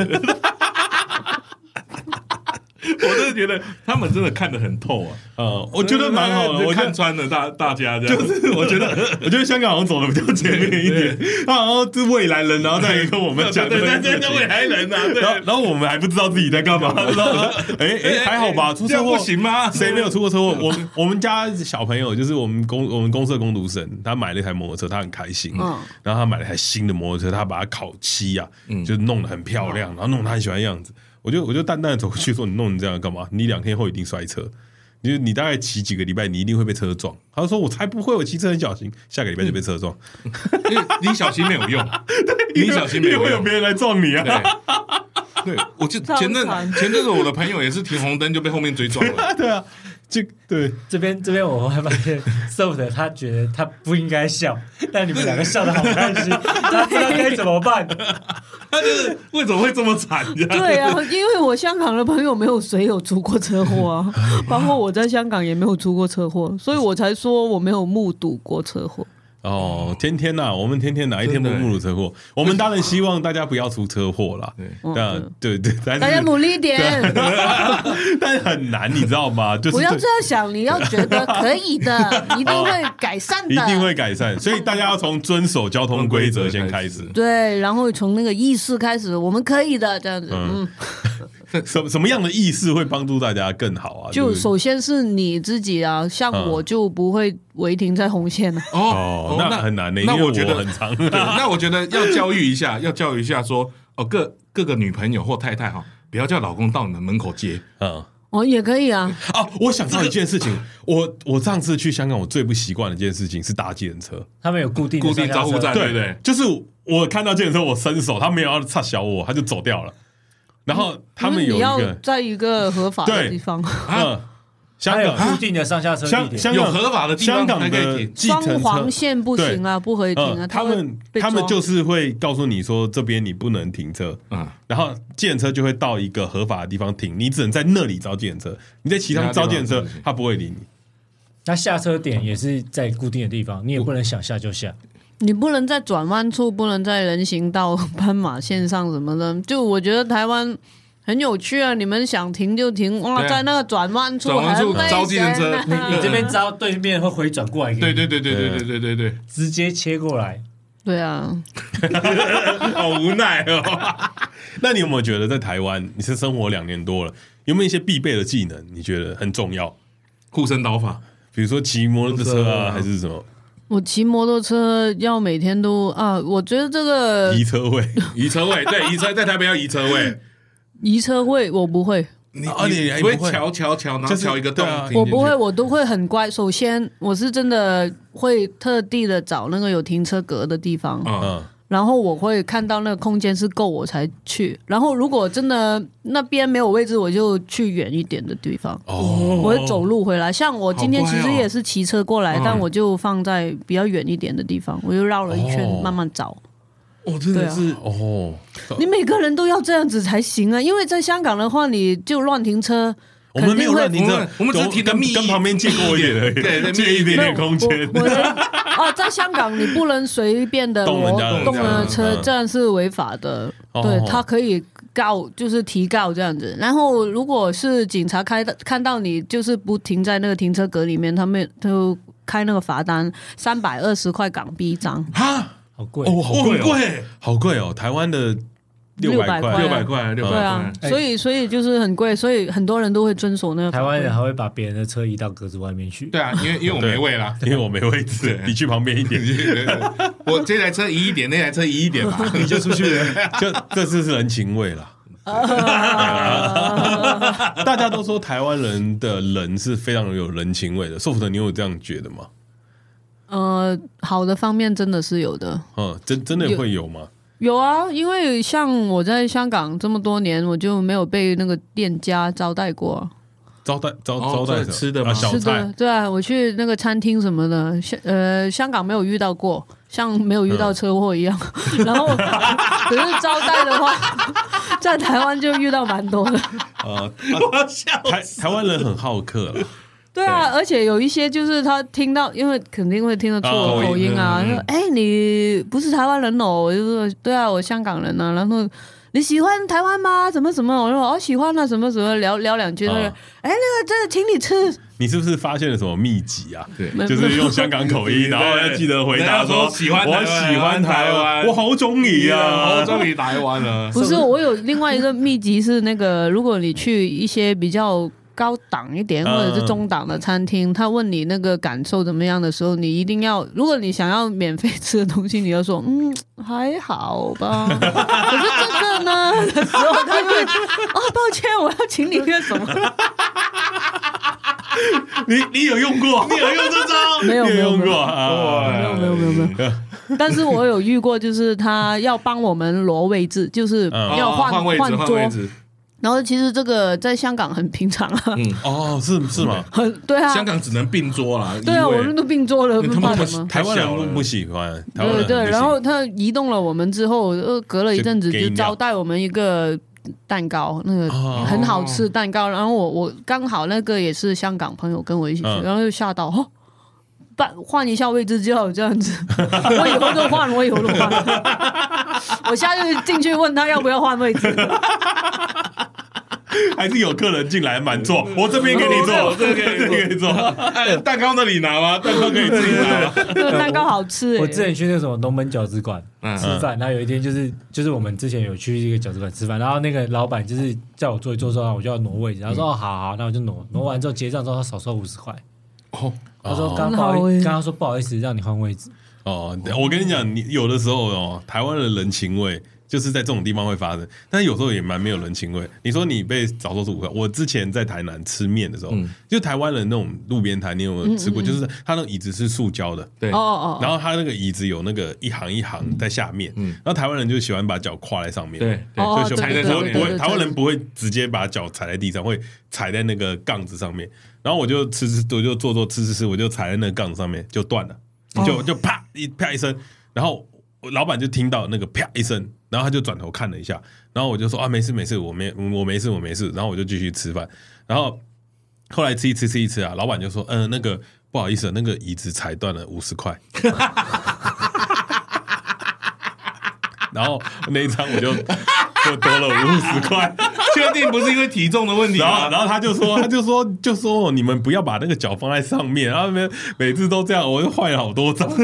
我真的觉得他们真的看得很透啊！
我觉得蛮好的，
我看穿了大家这样，
就是我觉得香港好像走的比较前面一点，他好像是未来人，然后再跟我们讲，
对，未来人啊，
然后我们还不知道自己在干嘛，还好吧？出车祸
不行吗？
谁没有出过车祸？我们家小朋友就是我们公社工读生，他买了一台摩托车，他很开心，然后他买了一台新的摩托车，他把它烤漆啊，就弄得很漂亮，然后弄得他很喜欢的样子。我就淡淡的走过去说：“你弄成这样干嘛？你2天后一定摔车。你大概骑几个礼拜，你一定会被车撞。”他就说：“我才不会，我骑车很小心。下个礼拜就被车撞。
你小心没有用，你小心没有用，
会有别人来撞你啊。”
对，我就前阵子我的朋友也是停红灯就被后面追撞了。
对啊。对
这边我会发现 ，Soft 他觉得他不应该笑，但你们2个笑得好开心，他不知道该怎么办。
他就是为什么会这么惨？
对啊，因为我香港的朋友没有谁有出过车祸啊，包括我在香港也没有出过车祸，所以我才说我没有目睹过车祸。
天天呐，我们天天哪一天不目睹车祸？我们当然希望大家不要出车祸啦。对，大
家努力一点。
但很难，你知道吗？就是
不要这样想，你要觉得可以的，一定会改善的，
一定会改善。所以大家要从遵守交通规则先开始。
对，然后从那个意识开始，我们可以的，这样子。
什么样的意识会帮助大家更好啊？
就首先是你自己啊，像我就不会违停在红线了。
那很难的，
那我觉得
很长。
那我觉得要教育一下，说各个女朋友或太太不要叫老公到你们门口接。
也可以啊。
我想到一件事情，我上次去香港，我最不习惯的一件事情是搭计程车。
他们有固定
招呼站，对不对？
就是我看到计程车，我伸手，他没有要插小我，他就走掉了。然后他们有一个，
你要在一个合法的地方。
香港固定的上下车地点，
有合法的地方，
香港的计程车
双黄线不行啊，不可以停啊。
他们就是会告诉你说这边你不能停车，然后计程车就会到一个合法的地方停，你只能在那里招计程车，你在其他招计程车，他不会理你。
那下车点也是在固定的地方，你也不能想下就下。
你不能在转弯处，不能在人行道、斑马线上什么的。就我觉得台湾很有趣啊！你们想停就停，哇，在那个转弯处
招计程车，
你这边招，对面会回转过来给你。
对，
直接切过来。
对啊，
好无奈哦。
那你有没有觉得在台湾，你是生活2年多了，有没有一些必备的技能？你觉得很重要？
护身导法，
比如说骑摩托车啊，还是什么？
我骑摩托车要每天都我觉得这个
移车位，
对，移车在台北要移车位，
移车位我不会。
你会瞧，然后瞧一个洞。
我不会，我都会很乖。首先，我是真的会特地的找那个有停车格的地方，然后我会看到那个空间是够我才去。然后如果真的那边没有位置，我就去远一点的地方。我会走路回来。像我今天其实也是骑车过来，但我就放在比较远一点的地方，我就绕了一圈慢慢找。
真的是
你每个人都要这样子才行啊！因为在香港的话，你就乱停车。
我们没有乱停车，
我们只是停的
跟旁边借过一点而已，对，借一点点空间。
在香港你不能随便的动了车，这样是违法的。对，他可以告，就是提告这样子。然后如果是警察看到你就是不停在那个停车格里面，他们都开那个罚单，320块港币一张。
好贵
好贵哦！台湾的
600
块，
对啊，所以就是很贵，所以很多人都会遵守那个。
台湾人还会把别人的车移到格子外面去。
对啊，因为我没位啦，
因为我没位置，你去旁边一点。
我这台车移一点，那台车移一点嘛，
你就出去了。
就这是人情味啦。大家都说台湾人的人是非常有人情味的，Soft，你有这样觉得吗？
好的方面真的是有的。
真的会有吗？
有啊，因为像我在香港这么多年，我就没有被那个店家招待过。招待
吃的吗？
小菜，
对啊，我去那个餐厅什么的，香港没有遇到过，像没有遇到车祸一样。然后可是招待的话，在台湾就遇到蛮多的。
台湾人很好客了。
对啊，而且有一些就是他听到，因为肯定会听得出我口音啊，说你不是台湾人哦，我就说对啊，我香港人啊，然后你喜欢台湾吗？怎么，我说喜欢啊，什么聊两句，那个那个真的请你吃。
你是不是发现了什么秘籍啊？对，就是用香港口音，然后要记得回答说我喜欢台湾，我好中意啊，
好中意台湾啊。
不是，我有另外一个秘籍是那个，如果你去一些比较高档一点或者是中档的餐厅，他问你那个感受怎么样的时候，你一定要，如果你想要免费吃的东西，你要说还好吧。可是这个呢的时候，他就会抱歉，我要请你个什么。
你有用过？你有用这招？
没有
用过啊？
没有。但是我有遇过，就是他要帮我们挪位置，就是要换桌。然后其实这个在香港很平常啊。
是吗？
对啊，
香港只能并桌啦。
对啊，我们都并桌了，不怕什么？
台湾人不喜欢。
对，然后他移动了我们之后，隔了一阵子就招待我们一个蛋糕，那个很好吃的蛋糕。然后我刚好那个也是香港朋友跟我一起去，然后就吓到换一下位置就好这样子。我以后就换。我下次进去问他要不要换位置。
还是有客人进来满座，我这边给你坐，我这边给你坐。
蛋糕那里拿吗？蛋糕可以自己拿吗？
蛋糕好吃。
我之前去那什么龙门饺子馆吃饭，然后有一天就是我们之前有去一个饺子馆吃饭，然后那个老板就是叫我坐一坐之后，我就要挪位置，然后说好，那我就挪完之后结账之后他少收50块。他说刚刚说不好意思让你换位置。
我跟你讲，你有的时候台湾的人情味就是在这种地方会发生，但是有时候也蛮没有人情味。你说你被少收15块，我之前在台南吃面的时候，就台湾人那种路边摊，你有没有吃过？就是他那个椅子是塑胶的，对，然后他那个椅子有那个一行一行在下面，然后台湾人就喜欢把脚跨在上面，
对，
就踩在上面，台湾人不会直接把脚踩在地上，会踩在那个杠子上面。然后我就坐，吃，我就踩在那个杠子上面就断了，就啪一声，然后老板就听到那个啪一声，然后他就转头看了一下，然后我就说没事，我没事，然后我就继续吃饭。然后后来吃一吃啊，老板就说那个不好意思，那个椅子踩断了50块。然后那一张我就多了50块。
确定不是因为体重的问题吗？
然后他就说你们不要把那个脚放在上面，然后每次都这样，我就换了好多张。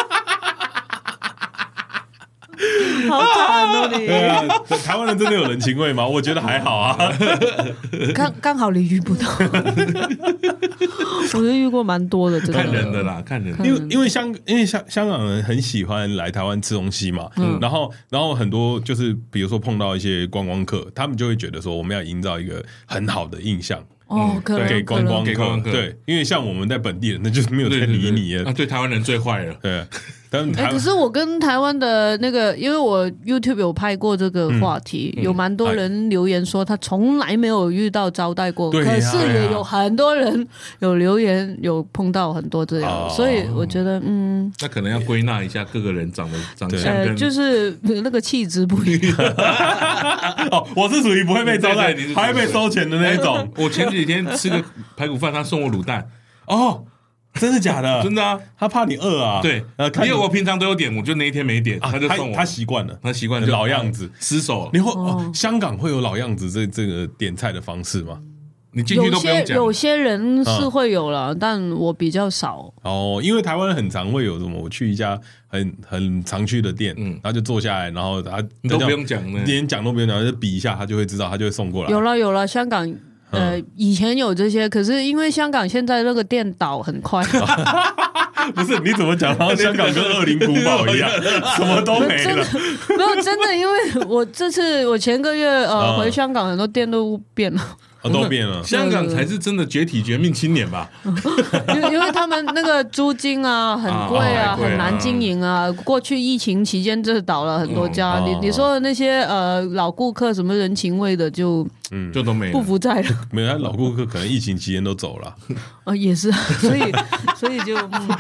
好惨哦你！
对啊，台湾人真的有人情味吗？我觉得还好啊。
刚好你遇不到，我就遇过蛮多的，真的。
看人的啦，看人。
因为香港人很喜欢来台湾吃东西嘛，然后很多就是比如说碰到一些观光客，他们就会觉得说我们要营造一个很好的印象。给观光客，对，因为像我们在本地人，那就是没有在理你了。
对台湾人最坏了，
对。
可是我跟台湾的那个，因为我 YouTube 有拍过这个话题，有蛮多人留言说他从来没有遇到招待过，可是也有很多人有留言有碰到很多这样，所以我觉得
那可能要归纳一下各个人长相，
就是那个气质不一样。
我是属于不会被招待，还会被收钱的那一种。
我前几天吃个排骨饭，他送我卤蛋。
真的假的？
真的啊，
他怕你饿啊。
对，因为我平常都有点，我就那一天没点，他就送我。
他习惯了，
就
老样子，
失手了。
你会香港会有老样子这个点菜的方式吗？
你进去都不用讲。
有些人是会有了，但我比较少。
哦，因为台湾很常会有什么，我去一家很常去的店，然后就坐下来，然后
你都不用讲呢，
连讲都不用讲，就比一下，他就会知道，他就会送过来。
有了，香港以前有这些，可是因为香港现在那个店倒很快。
不是你怎么讲？然后香港跟恶灵古堡一样，什么都没了。
没有真的，因为我前个月回香港，很多店都变了。
都变了，
香港才是真的绝体绝命青年吧？
因为他们那个租金啊很贵啊，很难经营啊。过去疫情期间，这倒了很多家。你说的那些老顾客什么人情味的，就
都没了，
不复在了。
没有，老顾客可能疫情期间都走了。
也是，所以就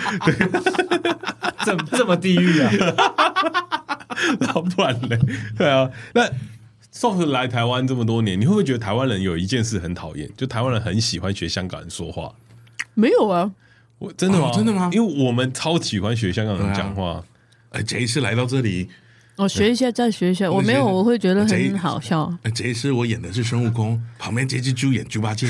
这么地狱啊！
不然嘞，对啊，那。宋来台湾这么多年，你会不会觉得台湾人有一件事很讨厌？就台湾人很喜欢学香港人说话。
没有啊，
真的吗？
真的吗？
因为我们超喜欢学香港人讲话。
这一次来到这里，
学一下再学一下。我没有，我会觉得很好笑。
这一次我演的是孙悟空，旁边这只猪演猪八戒。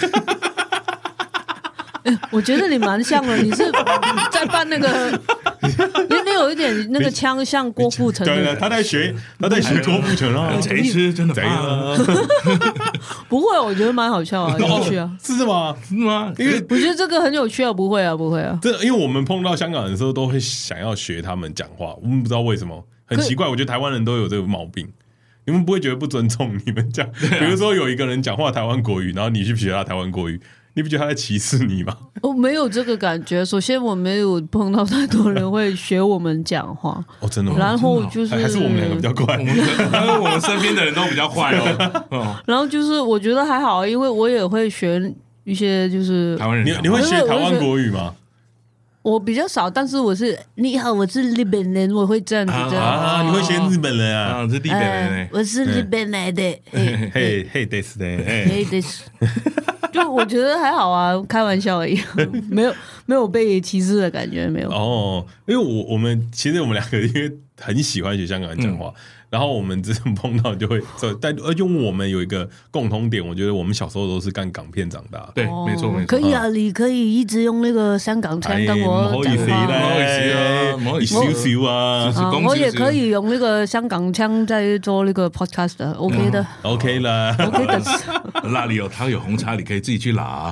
我觉得你蛮像的，你是在扮那个，你有一点那个腔像郭富城。
对，他在学郭富城啊。
这一次真的棒。
不会，我觉得蛮好笑啊，有趣啊。
是吗？是吗？因为
我觉得这个很有趣啊，不会啊。
这因为我们碰到香港人的时候，都会想要学他们讲话，我们不知道为什么，很奇怪。我觉得台湾人都有这个毛病。你们不会觉得不尊重你们讲？比如说有一个人讲话台湾国语，然后你去学他台湾国语。你不觉得他在歧视你吗？
我没有这个感觉。首先，我没有碰到太多人会学我们讲话。
真的吗？
然后就是
还是我们两个比较快，
我们身边的人都比较快
哦。然后就是我觉得还好，因为我也会学一些就是
台湾人。
你会学台湾国语吗？
我比较少，但是你好，我是日本人，我会这样子
啊。你会学日本人啊？
是日本人，
我是日本来的。
嘿ですね。
嘿です。就我觉得还好啊，开玩笑而已，没有被歧视的感觉，没有。
因为我们其实我们两个因为很喜欢学香港人讲话，然后我们之前碰到就会但因为我们有一个共同点，我觉得我们小时候都是看港片长大。
对，没错。
可以啊，你可以一直用那个香港腔跟我讲
话，少啊。
我也可以用那个香港腔在做那个 podcast 的 ，OK 的
，OK 了
，OK 的。
那里有汤有红茶，你可以自己去拿。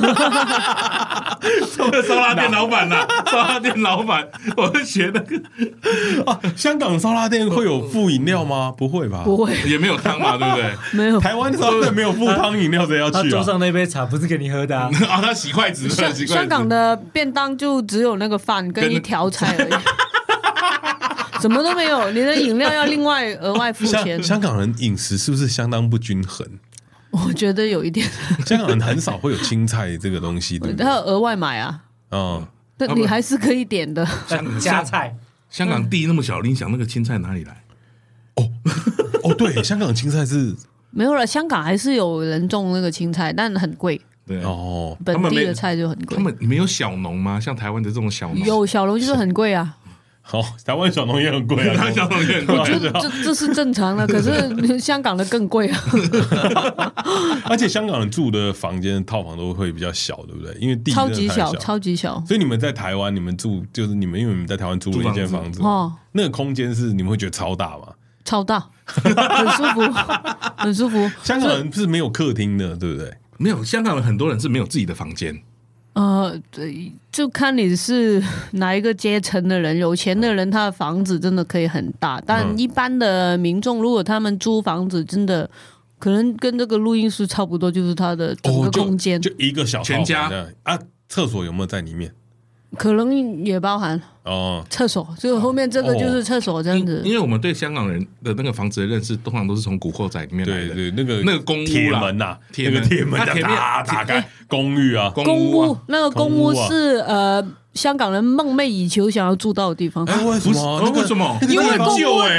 烧腊店老板呐，烧腊店老板，我会学那个。
香港烧腊店会有附饮料吗？不会吧？
不会，
也没有汤嘛，对不对？
没有。
台湾烧腊店没有附汤饮料，谁要去啊？
他桌上那杯茶不是给你喝的啊！
他洗筷子。
香港的便当就只有那个饭跟一条菜而已。什么都没有，你的饮料要另外额外付钱。
香港人饮食是不是相当不均衡？
我觉得有一点。
香港人很少会有青菜这个东西，对不对？
他要额外买啊。但你还是可以点的。
加菜。
香港地那么小，你想那个青菜哪里来？
对，香港青菜是
没有了。香港还是有人种那个青菜，但很贵。
对
本地的菜就很贵。
他们没有小农吗？像台湾的这种小农，
有小农就是很贵啊。
台湾小农也很贵啊，
小农也很贵，
这是正常的。可是香港的更贵啊。
而且香港人住的房间套房都会比较小，对不对？因为地
超级小，超级小。
所以你们在台湾，你们住就是因为你们在台湾租了一间房子，那个空间是你们会觉得超大吗？
超大，很舒服，很舒服。
香港人是没有客厅的，对不对？
没有，香港人很多人是没有自己的房间。
对，就看你是哪一个阶层的人。有钱的人，他的房子真的可以很大，但一般的民众，如果他们租房子，真的可能跟这个录音室差不多，就是他的整个空间，
就一个小
全家
啊。厕所有没有在里面？
可能也包含厕所，就后面这个就是厕所这样子。
因为我们对香港人的那个房子的认识，通常都是从古惑仔里面来的。
对，那个
公屋
铁门呐，那个铁门打开，公寓啊，
公屋那个公屋是香港人梦寐以求想要住到的地方。
为什么？
为什么？
因为
很旧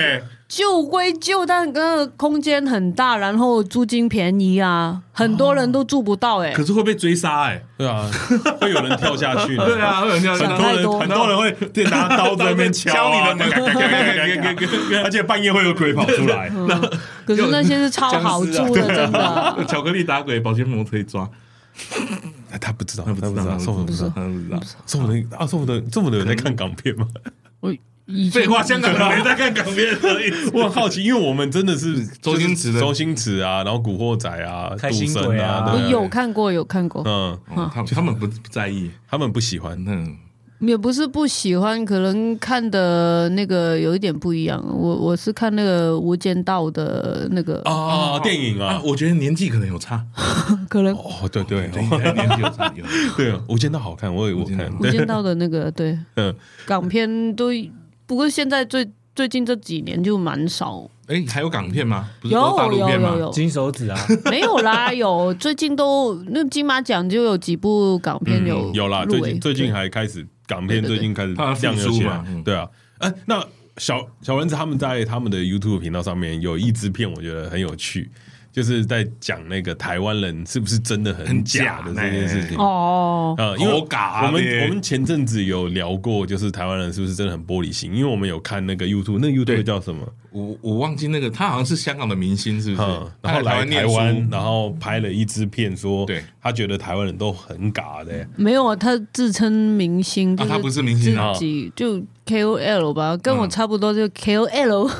旧归旧，但那个空间很大，然后租金便宜啊，很多人都住不到
可是会被追杀
对啊，会有人跳下去
对啊，会有人跳下去，
很多人会拿刀在那边敲你的门，而且半夜会有鬼跑出来。
可是那些是超好住的，真的。
巧克力打鬼，保鲜膜可以抓。
他不知道，宋福不知道，宋福的有在看港片吗？
废话，香港人没在看港片而已。
我很好奇，因为我们真的是
周星驰
啊，然后古惑仔啊，
开心鬼啊，
有看过。
他们不在意，
他们不喜欢。
也不是不喜欢，可能看的那个有一点不一样。我是看那个《无间道》的那个
电影啊，
我觉得年纪可能有差，
可能
对，
年纪有差。
对啊，《无间道》好看，我看《
无间道》的那个对，港片都，不过现在最近这几年就蛮少。
还有港片吗？不是大陆片吗？
有金手指啊，
没有啦，有最近都那金马奖就有几部港片
有啦，最近还开始港片，最近开始亮起来，对啊。那小蚊子他们在他们的 YouTube 频道上面有一支片，我觉得很有趣。就是在讲那个台湾人是不是真的很假的这件事情因为我们前阵子有聊过，就是台湾人是不是真的很玻璃心？因为我们有看那个 YouTube， 那个 YouTube 叫什么？
我忘记那个，他好像是香港的明星，是不是？
然后来台湾，然后拍了一支片，说他觉得台湾人都很假的。
没有啊，他自称明星，
他不是明星，
自己就 KOL 吧，跟我差不多，就 KOL。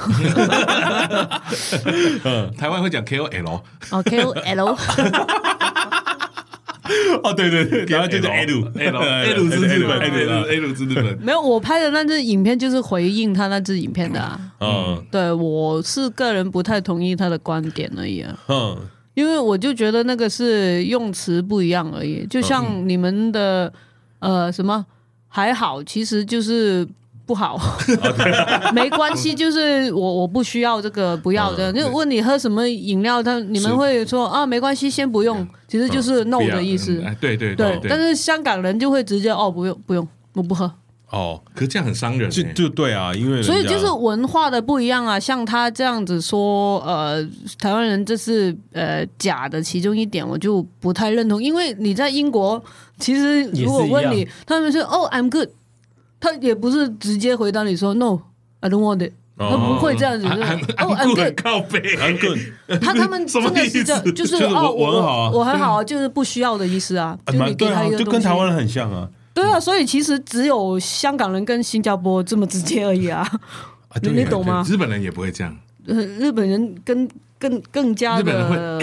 台湾会讲 KOL。
KOL。
对，然后就是 L
是日本，L 是日本。
没有，我拍的那支影片就是回应他那支影片的对，我是个人不太同意他的观点而已因为我就觉得那个是用词不一样而已，就像你们的什么还好，其实就是不好没关系，就是我不需要这个，不要的。就问你喝什么饮料，你们会说没关系，先不用，其实就是 no 的意思。
对，
但是香港人就会直接不用，我不喝。
可是这样很伤人
就对啊，因为
所以就是文化的不一样啊。像他这样子说，台湾人这是假的其中一点，我就不太认同。因为你在英国，其实如果问你，他们说I'm good。他也不是直接回答你说 No, I don't want it， 他不会这样子。
I'm good， 靠背
，I'm good。
他们真的是这样，就是我很好啊，就是不需要的意思啊。就你给他一个东西，
就跟台湾人很像啊。
对啊，所以其实只有香港人跟新加坡这么直接而已啊。你懂吗？
日本人也不会这样。
日本人更加的。日本人会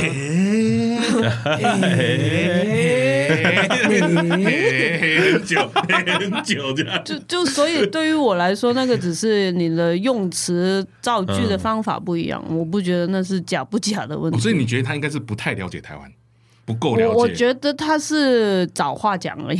很久这样，
就所以对于我来说，那个只是你的用词造句的方法不一样，我不觉得那是假不假的问题。
所以你觉得他应该是不太了解台湾，不够了解？
我觉得他是找话讲而已。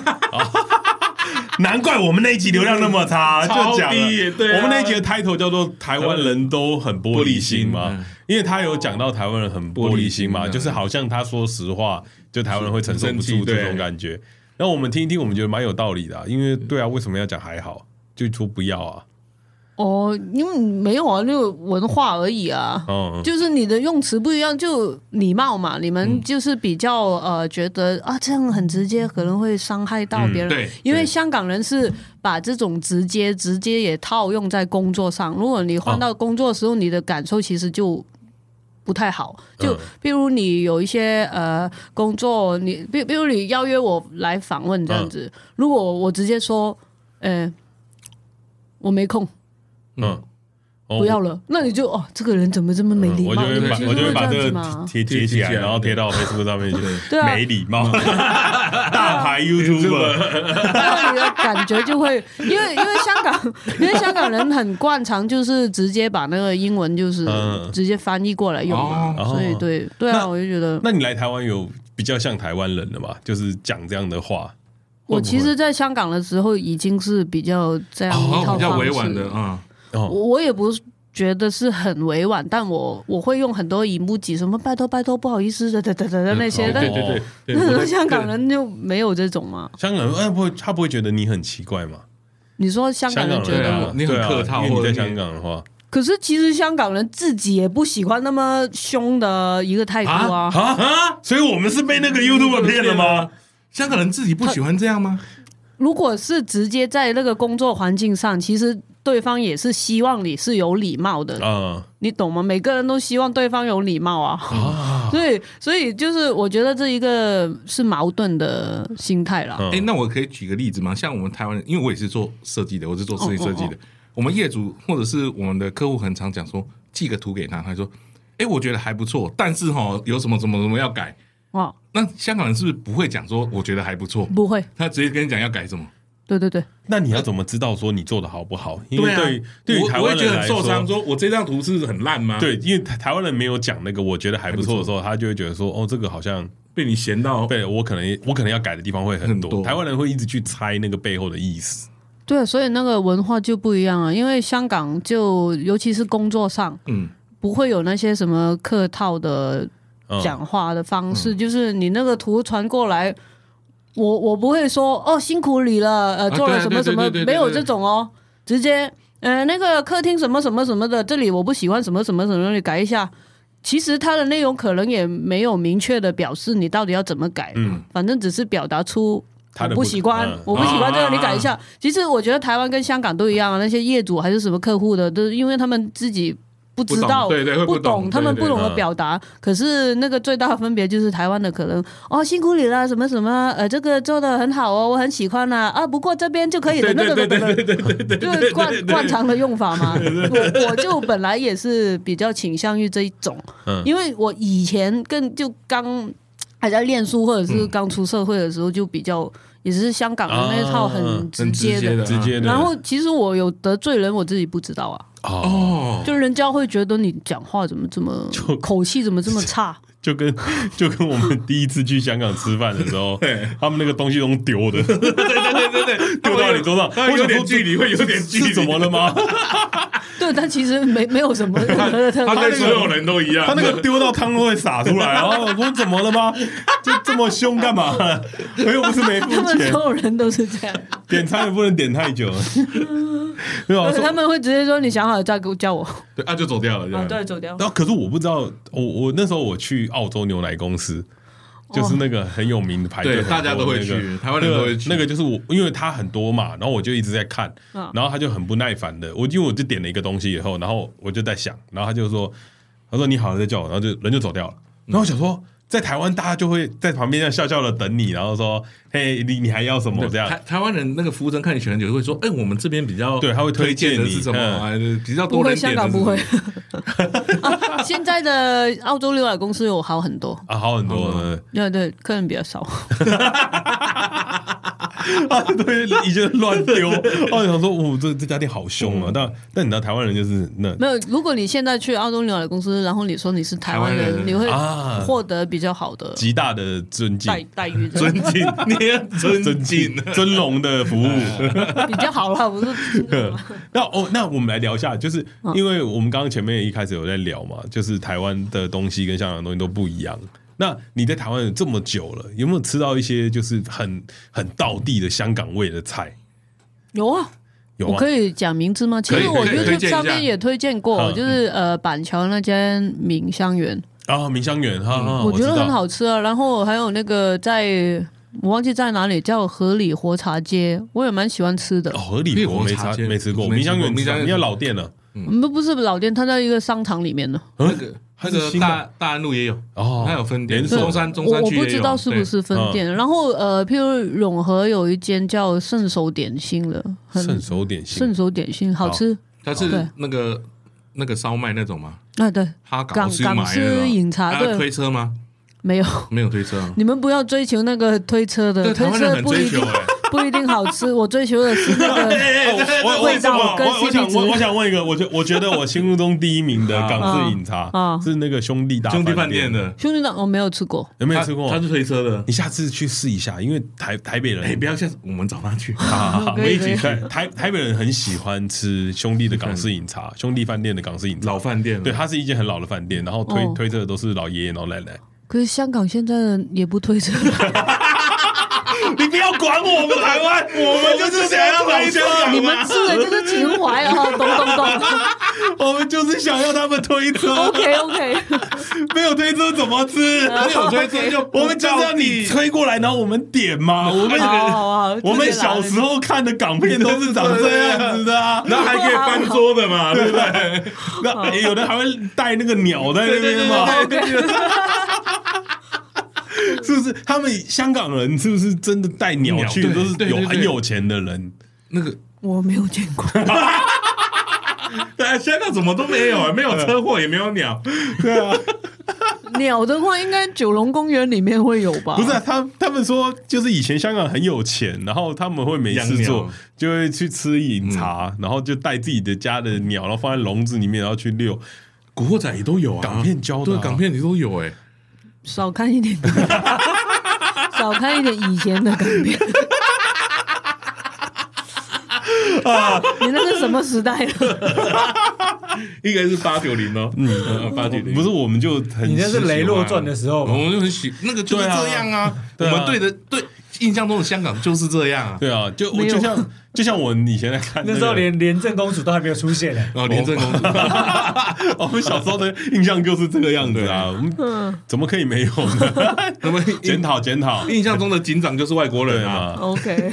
难怪我们那一集流量那么差，就讲
了。
我们那一集的 title 叫做台湾人都很玻璃心嘛，因为他有讲到台湾人很玻璃心嘛，就是好像他说实话，就台湾人会承受不住这种感觉。然后我们听一听，我们觉得蛮有道理的因为对啊，为什么要讲还好，就说不要啊？
因为没有啊，那个文化而已啊，就是你的用词不一样，就礼貌嘛。你们就是比较觉得这样很直接，可能会伤害到别人。因为香港人是把这种直接也套用在工作上。如果你换到工作的时候，你的感受其实就不太好。就比如你有一些工作，比如你邀约我来访问这样子，如果我直接说我没空。不要了，那你就这个人怎么这么没礼貌？
我就会把这个贴起来，然后贴到 Facebook 上面去。没礼貌，大牌 YouTuber，
那你的感觉就会，因为香港人很惯常就是直接把那个英文就是直接翻译过来用嘛，所以对啊，我就觉得。
那你来台湾有比较像台湾人了吧？就是讲这样的话。
我其实，在香港的时候已经是比较这样一套方式，
比较委婉的
我也不觉得是很委婉，但我会用很多emoji，什么拜托不好意思的那些。对，香港人就没有这种嘛。
香港人他不会觉得你很奇怪吗？
你说香港人觉得
你很客套，
因为你在香港的话，
可是其实香港人自己也不喜欢那么凶的一个态度啊！
所以我们是被那个 YouTuber 骗了吗？
香港人自己不喜欢这样吗？
如果是直接在那个工作环境上，其实对方也是希望你是有礼貌的，你懂吗？每个人都希望对方有礼貌啊，所以就是我觉得这一个是矛盾的心态啦。
那我可以举个例子吗？像我们台湾人，因为我也是做设计的，我是做室内设计的。我们业主或者是我们的客户很常讲说，寄个图给他，他说：“我觉得还不错，但是有什么要改。”哇，那香港人是不是不会讲说我觉得还不错？
不会，
他直接跟你讲要改什么？
对对对。
那你要怎么知道说你做的好不好？因为对于台湾人来说，我会觉得
很受伤，说我这张图是很烂吗？
对，因为台湾人没有讲那个我觉得还不错的时候，他就会觉得说，这个好像
被你嫌到，
对我可能要改的地方会很多。台湾人会一直去猜那个背后的意思。
对，所以那个文化就不一样啊，因为香港尤其是工作上，不会有那些什么客套的讲话的方式，就是你那个图传过来，我不会说辛苦你了，做了什么什么，没有这种哦，直接那个客厅什么什么什么的，这里我不喜欢什么什么什么，你改一下。其实它的内容可能也没有明确的表示你到底要怎么改，反正只是表达出。我不喜欢这个，你改一下。其实我觉得台湾跟香港都一样啊，那些业主还是什么客户的，都因为他们自己不知道，不懂，他们不懂得表达。可是那个最大的分别就是台湾的可能辛苦你了，什么什么，这个做的很好哦，我很喜欢啊，不过这边就可以的，那个就是惯常的用法嘛。我就本来也是比较倾向于这一种，因为我以前刚还在念书或者是刚出社会的时候，就比较也是香港的那一套很直接的，然后其实我有得罪人，我自己不知道啊。就人家会觉得你讲话怎么这么口气怎么这么差。
就跟我们第一次去香港吃饭的时候，他们那个东西都丢的，对，丢到你桌上，
会有点距离，是
怎么了吗？
对，但其实没有什么任何的特色，
他跟所有人都一样，
他那个丢到汤都会洒出来，然后我说怎么了吗？就这么凶干嘛？我又不是没付钱，
他们所有人都是这样，
点餐也不能点太久。
他们会直接说你想好了再叫我，
对就走掉了，
对，走掉。
然后可是我不知道，我那时候我去澳洲牛奶公司，就是那个很有名的排队，
大家都会去，台湾人都会去。
那个就是因为它很多嘛，然后我就一直在看，然后他就很不耐烦的，因为我就点了一个东西以后，然后我就在想，然后他说你好了再叫我，然后人就走掉了。然后我想说，在台湾大家就会在旁边这样笑笑的等你，然后说嘿你还要什么这样。
台湾人那个服务生看你选很久，会说我们这边比较
对，他会推荐你
是什么，比较多人点的。
香港不会。现在的澳洲牛奶公司有好很多
好很多。
对，客人比较少。
对，以前乱丢。我想说，这家店好凶啊！但你知道台湾人就是
没有。如果你现在去澳洲牛奶公司，然后你说你是台湾人，你会获得比较好的、
极大的尊敬、
待遇、
尊敬，你要尊敬、
尊荣的服务，
比较好啦。不是。
那我们来聊一下，就是因为我们刚刚前面一开始有在聊嘛，就是台湾的东西跟香港的东西都不一样。那你在台湾这么久了，有没有吃到一些就是很道地的香港味的菜？
有啊，我可以讲名字吗？其实我 YouTube 上面也推荐过，就是板桥那间明香园
明香园
我觉得很好吃啊。然后还有那个我忘记在哪里，叫和里活茶街，我也蛮喜欢吃的。
和里活茶街没吃过，明香园你要老店了。
不是老店，它在一个商场里面的。
那个大安路也有它有分店，中山区也有。
我不知道是不是分店。然后譬如永和有一间叫圣手点心了，
圣手点心好吃。
它是那个烧麦那种吗？
对，港式饮茶。对，
推车吗？
没有
推车。
你们不要追求那个推车的，推车不一定好吃。我追求的是那个味道跟 CP 值。
我想问一个，我觉得我心目中第一名的港式饮茶是那个兄弟饭店的。
兄弟我没有吃过，
有没有吃过？
他是推车的，
你下次去试一下，因为台北人
不要下次我们找他去，
我们一起去。台北人很喜欢吃兄弟的港式饮茶，兄弟饭店的港式饮茶，
老饭店。
对，它是一间很老的饭店，然后推车的都是老爷爷老奶奶。
可是香港现在人也不推车。
你不要管我们台湾，我们就是想要推车。
你们吃的就是情怀啊，懂。
我们就是想要他们推车。
OK，
没有推车怎么吃？
没有推车就
我们就是要你推过来，然后我们点嘛。我们小时候看的港片都是长这样子的啊，
然后还可以翻桌的嘛，对不对？
那有的还会带那个鸟在那边嘛。是不是他们香港人是不是真的带鸟去？都是很有钱的人。
那个
我没有见过。
对啊，香港怎么都没有啊，没有车祸也没有鸟。
对啊，
鸟的话应该九龙公园里面会有吧？
不是啊，他们说就是以前香港很有钱，然后他们会没事做，就会去吃饮茶，然后就带自己的家的鸟，然后放在笼子里面，然后去遛。
古惑仔也都有啊，
港片教的，
对，港片里都有哎。
少看一点，少看一点以前的港片。啊，你那是什么时代了？
应该是890哦，890
不是，我们就很，
你那是雷洛传的时候，
我们就很喜那个就是这样啊。我们对印象中的香港就是这样啊。
对啊，就像我以前在看
那时候连正公主都还没有出现呢。
哦，廉政公主，
我们小时候的印象就是这个样子啊。我们怎么可以没有呢？
我们
检讨。
印象中的警长就是外国人啊。
OK。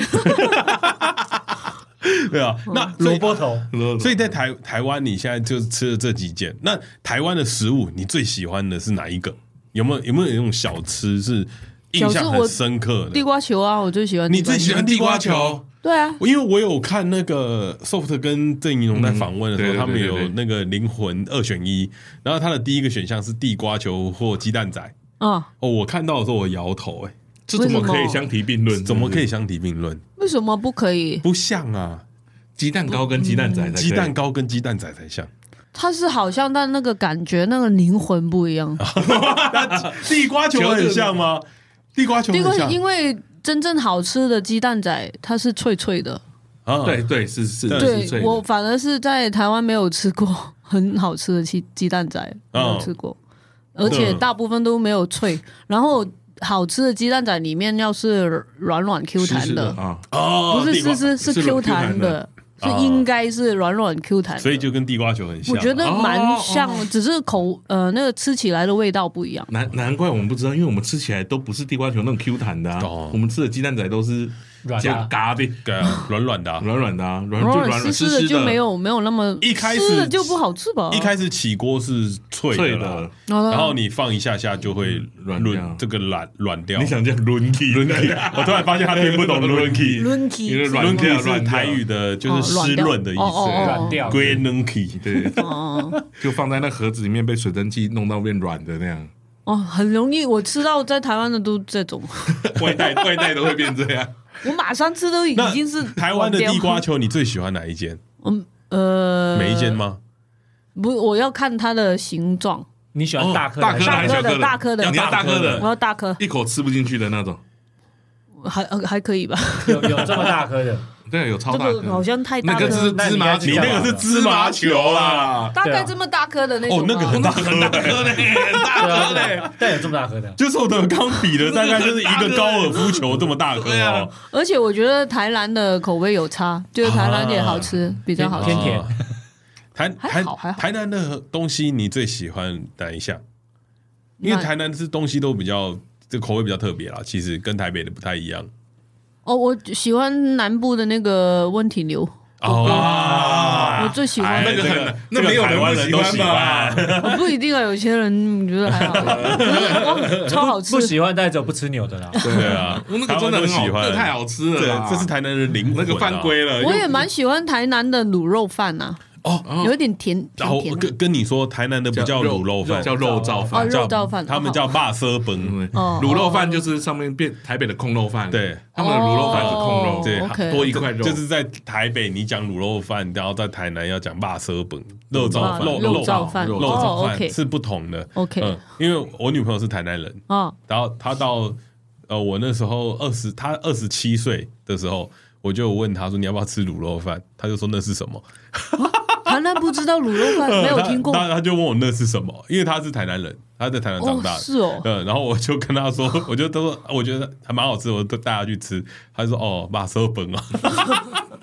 对啊，那
萝卜头。
所以在台湾，你现在就吃了这几件。那台湾的食物，你最喜欢的是哪一个？有没有那种小吃是印象很深刻的？
地瓜球啊，我最喜欢。
你最喜欢地瓜球？
对啊，
因为我有看那个 Soft 跟郑怡农在访问的时候，他们有那个灵魂2选1，然后他的第一个选项是地瓜球或鸡蛋仔。我看到的时候我摇头，
这怎么可以相提并论？
怎么可以相提并论？
为什么不可以？
不像啊，
鸡蛋糕跟鸡蛋仔，
鸡蛋糕跟鸡蛋仔才像。
它是好像，但那个感觉，那个灵魂不一样。
地瓜球很像吗？地瓜球很像，
因为真正好吃的鸡蛋仔，它是脆脆的。
对，是。
对，我反而是在台湾没有吃过很好吃的鸡蛋仔，没有吃过，而且大部分都没有脆。然后好吃的鸡蛋仔里面要是软软 Q 弹的不是是 Q 弹的。是应该是软软 Q 弹，
所以就跟地瓜球很像。
我觉得蛮像，只是那个吃起来的味道不一样。
难怪我们不知道，因为我们吃起来都不是地瓜球那种 Q 弹的我们吃的鸡蛋仔都是加嘎的，
软软的，
软
湿的就没有那么
一开始
湿的就不好吃吧？
一开始起锅是脆的，然后你放一下就会这个软掉。
你想叫润气？
我突然发现他听不懂润气，
润气
是台语的，就是湿润的意思，
软掉。
龟嫩气，对，就放在那盒子里面被水蒸气弄到变软的那样。
很容易，我吃到在台湾的都这种，
外带都会变这样。
我马上吃都已经是
台湾的地瓜球，你最喜欢哪一间？每一间吗？
不，我要看它的形状。
你喜欢大颗
的？
大颗的，
你要大颗的，
我要大颗，
一口吃不进去的那种。
还可以吧？
有这么大颗的？
对，有超大颗，
好像太大颗。
那个是芝麻球，
你那个是芝麻球啦，
大概这么大颗的那种。
那个很大颗
嘞，但有这么大颗的，
就是我的刚比的大概就是一个高尔夫球这么大颗哦。
而且我觉得台南的口味有差，就是台南也好吃，比较好吃。
甜。
台南的东西你最喜欢哪一项？因为台南是东西都比较这个口味比较特别啦，其实跟台北的不太一样。
我喜欢南部的那个温体牛。我最喜欢
那个那没有人不喜欢吧？
不一定啊，有些人觉得还好，超好吃。
不喜欢，但只有不吃牛的啦。
对啊，
那个真的很喜欢，这太好吃了，
这是台南的灵魂，
那个犯规了。
我也蛮喜欢台南的卤肉饭啊。有一点甜。
然后跟你说，台南的不叫卤肉饭，
叫肉燥饭，
肉燥饭，
他们叫肉色饭。
卤肉饭就是上面变台北的控肉饭，
对，
他们的卤肉饭是控肉，
对，
多一块肉。
就是在台北你讲卤肉饭，然后在台南要讲肉色饭、肉燥饭、肉燥饭是不同的。
OK，
因为我女朋友是台南人，然后她到我那时候她27岁的时候，我就问她说你要不要吃卤肉饭，她就说那是什么。
台南不知道卤肉饭，没有听过。
他就问我那是什么，因为他是台南人，他在台南长大的。
是哦。
然后我就跟他说，我就都说，我觉得还蛮好吃，我都带他去吃。他说：“肉色饭啊。”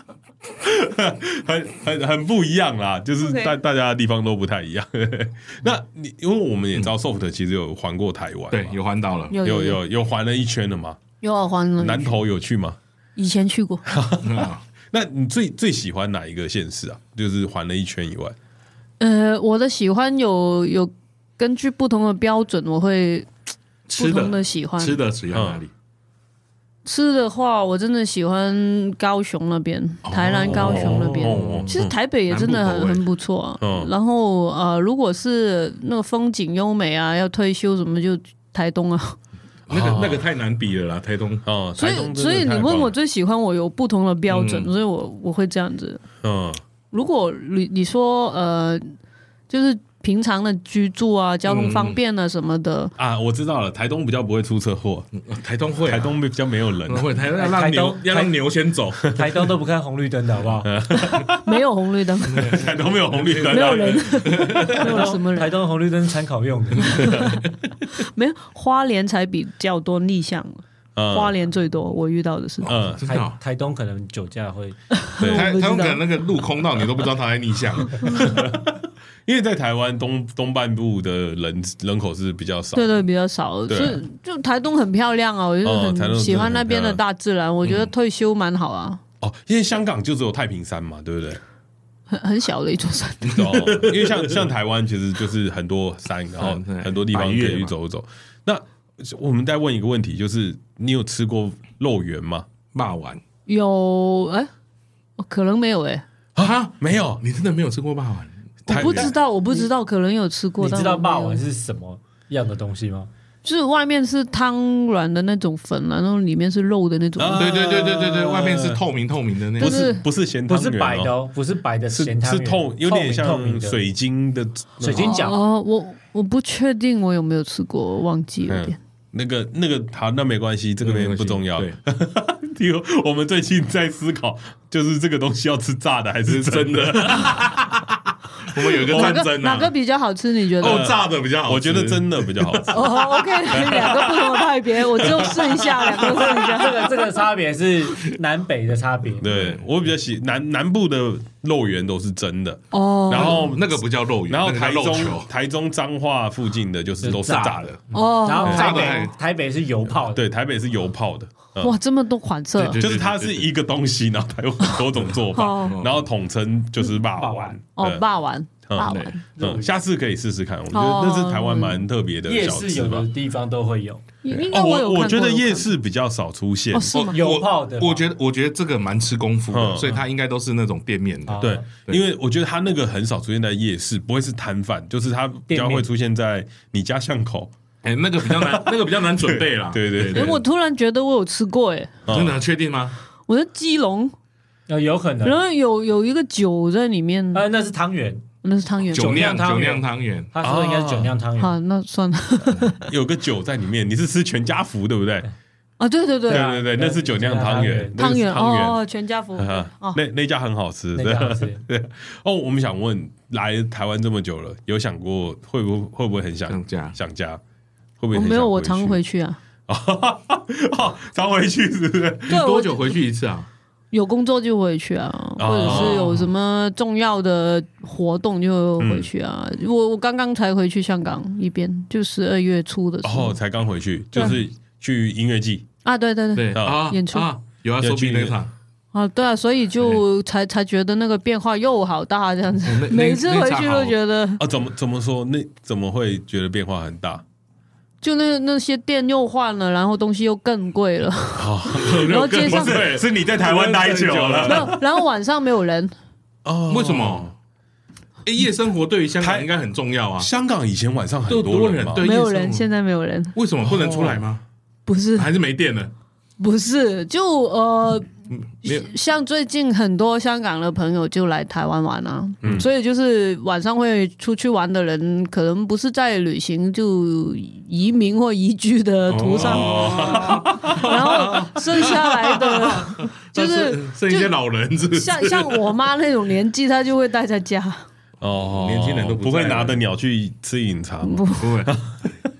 很不一样啦，就是大家的地方都不太一样。那你因为我们也知道 Soft 其实有环过台湾，
对，有环岛了，
有环了一圈了吗？
有环了。
南投有去吗？
以前去过。
那你最喜欢哪一个县市啊？就是环了一圈以外，
我的喜欢有根据不同的标准，我会不同的喜欢。
吃的喜欢哪里？
吃的话，我真的喜欢高雄那边，台南高雄那边。其实台北也真的很不错啊。然后如果是那个风景优美啊，要退休什么就台东啊。
那个太难比了啦，台东。
所以你问我最喜欢，我有不同的标准，所以我会这样子。如果你说就是平常的居住啊，交通方便啊什么的
啊，我知道了，台东比较不会出车祸，
台东会，
台东比较没有人，
会，台东要让牛先走，
台东都不看红绿灯的好不好？
没有红绿灯，
台东没有红绿灯，
没有人，没有什么人，
台东红绿灯是参考用的，
没有，花莲才比较多逆向。花莲最多，我遇到的是。
台东可能酒驾会，
台东可能那个路空到你都不知道他在逆向。
因为在台湾东半部的人口是比较少，
对，比较少，是就台东很漂亮啊，我就很喜欢那边的大自然，我觉得退休蛮好啊。
因为香港就只有太平山嘛，对不对？
很小的一座山。
因为像台湾其实就是很多山，然后很多地方可以去走走。那我们再问一个问题，就是你有吃过肉圆吗？
肉丸
有，可能没有
没有，
你真的没有吃过肉丸？
我不知道，可能有吃过。
你知道肉丸是什么样的东西吗？
就是外面是汤软的那种粉，然后里面是肉的那种。
对，外面是透明的那种。
不是咸汤圆，
不是白的不是白的咸汤圆，
是有点像水晶的
水晶饺。
我不确定我有没有吃过，我忘记了点。
那个好，那没关系，这个边不重要。我们最近在思考，就是这个东西要吃炸的还是真的？
我们有一个战争
哪个比较好吃？你觉得？
炸的比较好吃，
我觉得真的比较好吃。
OK， 两个不同的派别，我就试一下，两个试一下。
这个差别是南北的差别。
对，我比较喜南部的肉圆都是真的然后
那个不叫肉圆，
然后台中彰化附近的就是都是炸的
然后台北是油泡的，
对，台北是油泡的。
哇，这么多款式，
就是它是一个东西，然后它有很多种做法，然后统称就是肉丸。
肉丸。
下次可以试试看，我觉得那是台湾蛮特别的小吃吧。
夜市有的地方都会有。
我觉得夜市比较少出现。
油泡的，
我觉得这个蛮吃功夫的，所以它应该都是那种店面的。
对，因为我觉得它那个很少出现在夜市，不会是摊贩，就是它比较会出现在你家巷口。
那个比较难，那个比较难准备啦。
对。
我突然觉得我有吃过，
真的确定吗？
我在基隆，
有可能。
然后有一个酒在里面，
那是汤圆。
那是汤圆，
酒酿汤圆。
他说应该是酒酿汤圆。
好，那算了。
有个酒在里面，你是吃全家福对不对？
对，
那是酒酿汤圆。
全家福。
那家很好吃。对。我们想问，来台湾这么久了，有想过会不会很想家？会不会？
没有，我常回去啊。
常回去是不是？
你多久回去一次啊？
有工作就回去啊，或者是有什么重要的活动就回去啊。我刚刚才回去香港一边，就12月初的时候。
才刚回去，就是去音乐季
啊，对，演出
有要收币那场。
对啊，所以就才觉得那个变化又好大这样子。每次回去都觉得
怎么说？那怎么会觉得变化很大？
就那些店又换了，然后东西又更贵了，然后街上
是你在台湾待久了，
没有，然后晚上没有人。
为什么？夜生活对于香港应该很重要啊。
香港以前晚上很多人嘛，
没有人，现在没有人。
为什么不能出来吗？
不是，
还是没电了？
不是，就像最近很多香港的朋友就来台湾玩啊，所以就是晚上会出去玩的人，可能不是在旅行，就移民或移居的途上，然后剩下来的就是
剩一些老人，
像我妈那种年纪，她就会待在家。
年轻人都
不会拿着鸟去吃隐藏，
不会。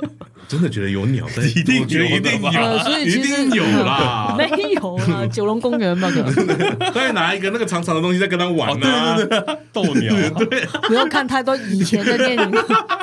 真的觉得有鸟在，
一定觉得一定有，
所以其实
一定有啦，
没有啦，九龙公园吧，可能
他会拿一个那个长长的东西在跟他玩啊，
对，斗鸟，
对，
不要看太多以前的电影。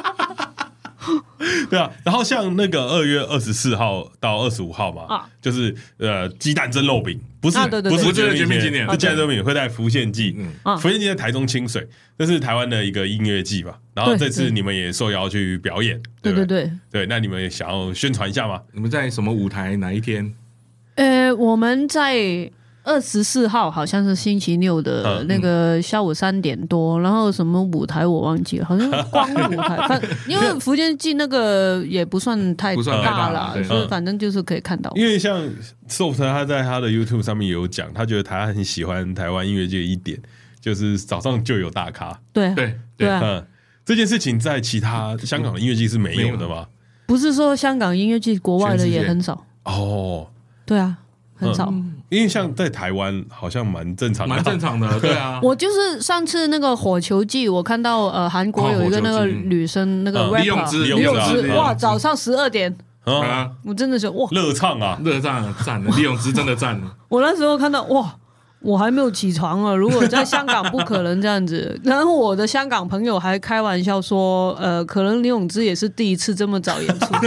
对啊，然后像那个2月24号到25号嘛，就是鸡蛋蒸肉饼，不是
绝命青年，
是鸡蛋蒸肉饼会在浮现记，浮现记在台中清水，这是台湾的一个音乐季吧。然后这次你们也受邀去表演，对，那你们也想要宣传一下吗？
你们在什么舞台哪一天？
我们在24号好像是星期六的那个下午3点多，然后什么舞台我忘记了，好像光舞台，因为福建记那个也不算太大啦，所以反正就是可以看到。
因为像 Soft 他在他的 YouTube 上面有讲，他觉得他很喜欢台湾音乐界的一点，就是早上就有大咖。
对
啊，这件事情在其他香港的音乐季是没有的吗？
不是说香港音乐季，国外的也很少
哦。
对啊。很少，
因为像在台湾好像蛮正常
的，对啊。
我就是上次那个火球季，我看到韩国有一个那个女生那个 rapper 李咏芝，哇，早上12点，我真的是哇，
热唱
赞了，李咏芝真的赞了。
我那时候看到哇。我还没有起床啊！如果在香港不可能这样子。然后我的香港朋友还开玩笑说，可能李咏芝也是第一次这么早演出。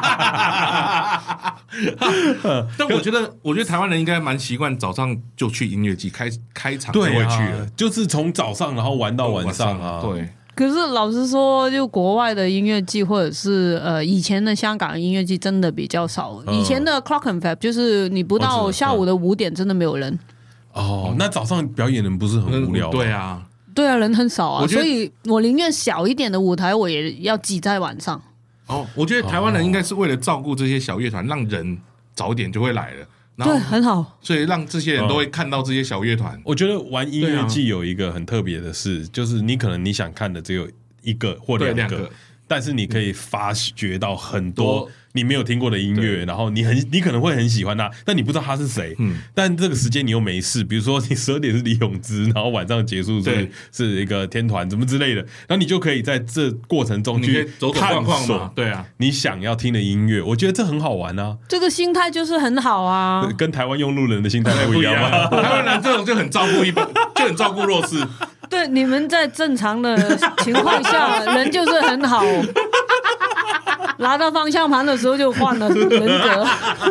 但我觉得台湾人应该蛮习惯早上就去音乐季开场就会去了，
就是从早上然后玩到晚上啊。
对。
可是老实说，就国外的音乐季或者是以前的香港音乐季真的比较少。以前的 Clock and Fab 就是你不到下午的5点真的没有人。
那早上表演人不是很无聊吗？
对啊，
人很少啊，所以我宁愿小一点的舞台，我也要挤在晚上。
我觉得台湾人应该是为了照顾这些小乐团，让人早点就会来了。
对，很好，
所以让这些人都会看到这些小乐团。
我觉得玩音乐季有一个很特别的事，就是你可能你想看的只有1个或2个，但是你可以发掘到很多你没有听过的音乐，然后你可能会很喜欢他，但你不知道他是谁。但这个时间你又没事，比如说你12点是李咏芝，然后晚上结束是一个天团怎么之类的，然后你就可以在这过程中去
走逛逛嘛。对啊，
你想要听的音乐，我觉得这很好玩啊。
这个心态就是很好啊，
跟台湾用路人的心态不一样吗？
台湾人这种就很照顾弱势。
对，你们在正常的情况下，人就是很好。拿到方向盘的时候就换了人格。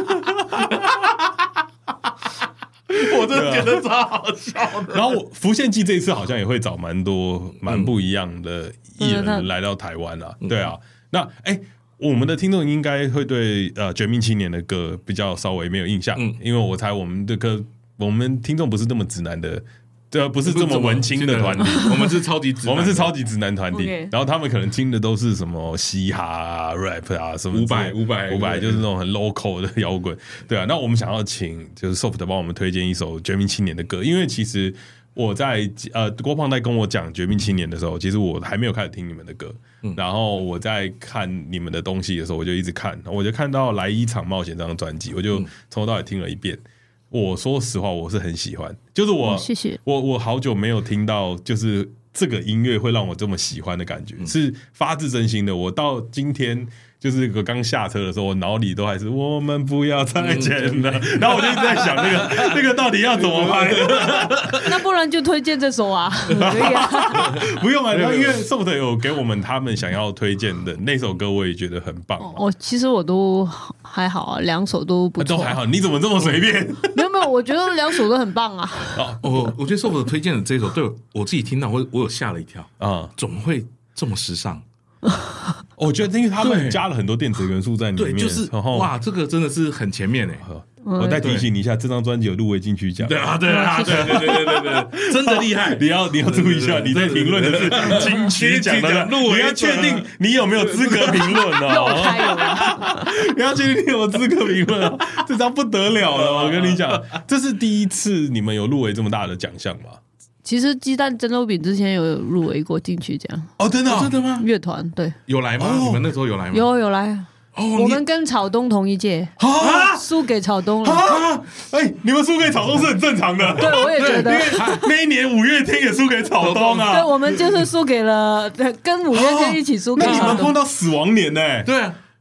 我真的觉得超好笑的。
然后浮现记这一次好像也会找蛮不一样的艺人来到台湾啊。对啊，那我们的听众应该会对绝命青年的歌比较稍微没有印象，因为我猜我们的歌，我们听众不是这么直男的。不是这么文青的团体，
我们是超级直
男团体。然后他们可能听的都是什么嘻哈啊、rap 啊什么500，就是那种很 local 的摇滚。对啊，那我们想要请就是 Soft 帮我们推荐一首绝命青年的歌，因为其实我在郭胖在跟我讲绝命青年的时候，其实我还没有开始听你们的歌。然后我在看你们的东西的时候，我就一直看，我就看到《来一场冒险》这张专辑，我就从头到尾听了一遍。我说实话，我是很喜欢，就是
谢谢
我好久没有听到，就是这个音乐会让我这么喜欢的感觉，是发自真心的。我到今天就是我刚下车的时候，我脑里都还是我们不要再见了，然后我就一直在想那个到底要怎么办？
那不然就推荐这首啊，可以啊，
不用啊，因为 Soft 有给我们他们想要推荐的那首歌，我也觉得很棒。
其实我都还好啊，2首都不错，
都还好。你怎么这么随便？
没有，我觉得2首都很棒啊。
我觉得 Soft 推荐的这首，对我自己听到，我有吓了一跳啊，怎么会这么时尚？
我觉得因为他们加了很多电子元素在里面，
对，就是哇，这个真的是很前面
我再提醒你一下，这张专辑有入围金曲奖。
对，真的厉害！
你要注意一下，你在评论的是金曲奖的入围，你要确定你有没有资格评论哦。你要确定你有资格评论哦，这张不得了了！我跟你讲，这是第一次你们有入围这么大的奖项吗？
其实鸡蛋蒸肉饼之前有入围过金曲奖。
真的
吗？
乐团对
有来吗？你们那时候有来吗？
有来。我们跟草东同一届，输给草东了。
你们输给草东是很正常的。
对，我也觉得。
那一年5月天也输给草东啊。
对，我们就是输给了，跟5月天一起输给草东。
那你们碰到死亡年呢？
对啊。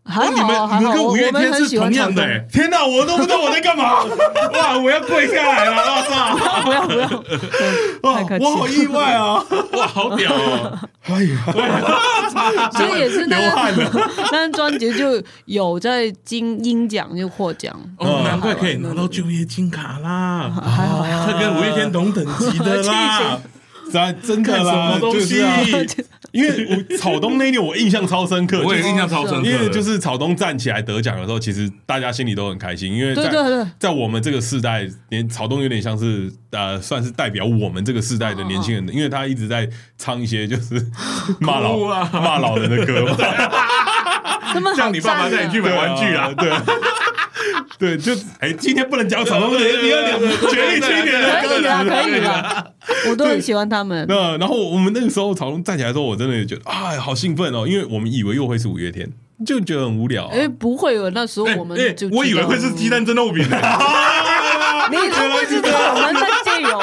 还好，
你们跟五月天是同样的、欸，
天哪，我都不知道我在干嘛，
哇，我要跪下来了，我操！
不要，
哇，我好意外啊，
哇，好屌哦！
哎呀，
所以也是
流汗了。
那张专辑就有在金鹰奖就获奖，
难怪可以拿到就业金卡啦，
还好，
他跟五月天同等级的啦。
真的啦，
什么东西？
因为我草东那一年我印象超深刻，
我也印象超深刻，
因为就是草东站起来得奖的时候，其实大家心里都很开心，因为在我们这个世代，连草东有点像是算是代表我们这个世代的年轻人的，因为他一直在唱一些就是骂老人的歌嘛，
像你爸爸带你去买玩具啊，
对。对，就今天不能讲草东，你要讲权力青年的歌
啦，可以啦，我都很喜欢他们。
然后我们那个时候草东站起来的时候，我真的觉得好兴奋哦，因为我们以为又会是五月天，就觉得很无聊。
不会有，那时候我们就
我以为会是鸡蛋蒸肉饼，
你都不知道我们在借油。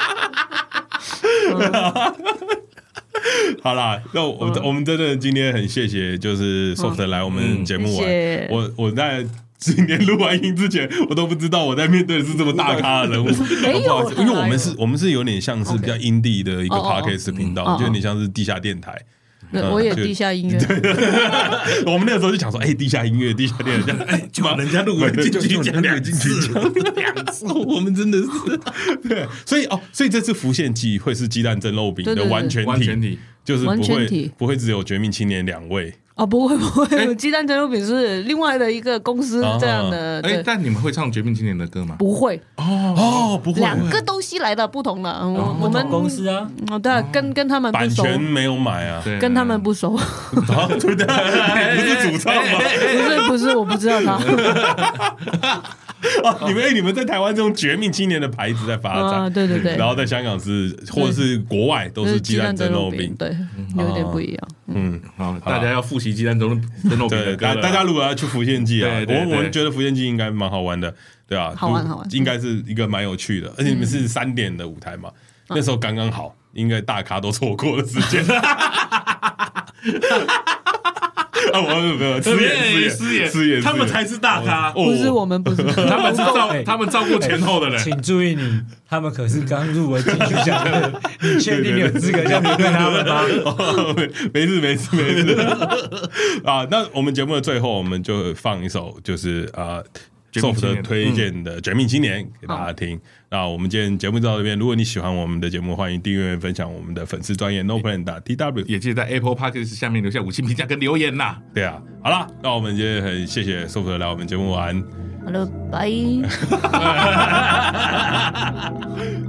好啦，那我们真的今天很谢谢，就是 Soft 来我们节目玩。我在今年录完音之前，我都不知道我在面对的是这么大咖的人物，不好意思，因为我们是有点像是比较indie的一个 podcast 频道，就有点像是地下电台。
我也地下音乐，
我们那个时候就想说，地下音乐，地下电台，
就把人家录进去讲2次，
我们真的是对，所以这次浮现记会是鸡蛋蒸肉饼的完全体，就是不会只有绝命青年2位。
不会，鸡蛋蒸肉饼是另外的一个公司这样的。
但你们会唱绝命青年的歌吗？
不会
不会，
两个东西来的不同的。我们
公司啊，
对，跟他们不熟，
版权没有买啊，
跟他们不熟。
对不对？不是主唱吗？
不是，我不知道他。
你们在台湾这种绝命青年的牌子在发展，
对，
然后在香港或者是国外都是鸡蛋蒸肉饼，
对，有点不一样。
好，大家要复习鸡蛋蒸肉饼的歌。
大家如果要去浮现记啊，我们觉得浮现记应该蛮好玩的，对啊，
好玩，
应该是一个蛮有趣的，而且你们是3点的舞台嘛，那时候刚刚好，应该大咖都错过的时间。我没有失言，
他们才是大咖，
不是我们，不是
他们照顾前后的人。
请注意他们可是刚入围金曲奖的，你确定你有资格这样评论他们吗？
没事啊。那我们节目的最后，我们就放一首就是Soft 推荐的《绝命青年》给大家听。那我们今天节目就到这边。如果你喜欢我们的节目，欢迎订阅、分享我们的粉丝专页 NoPlan.tw，
也记得在 Apple Podcast 下面留下5星评价跟留言啦。
对啊，好啦，那我们今天很谢谢 Soft 来我们节目玩。
好了，拜。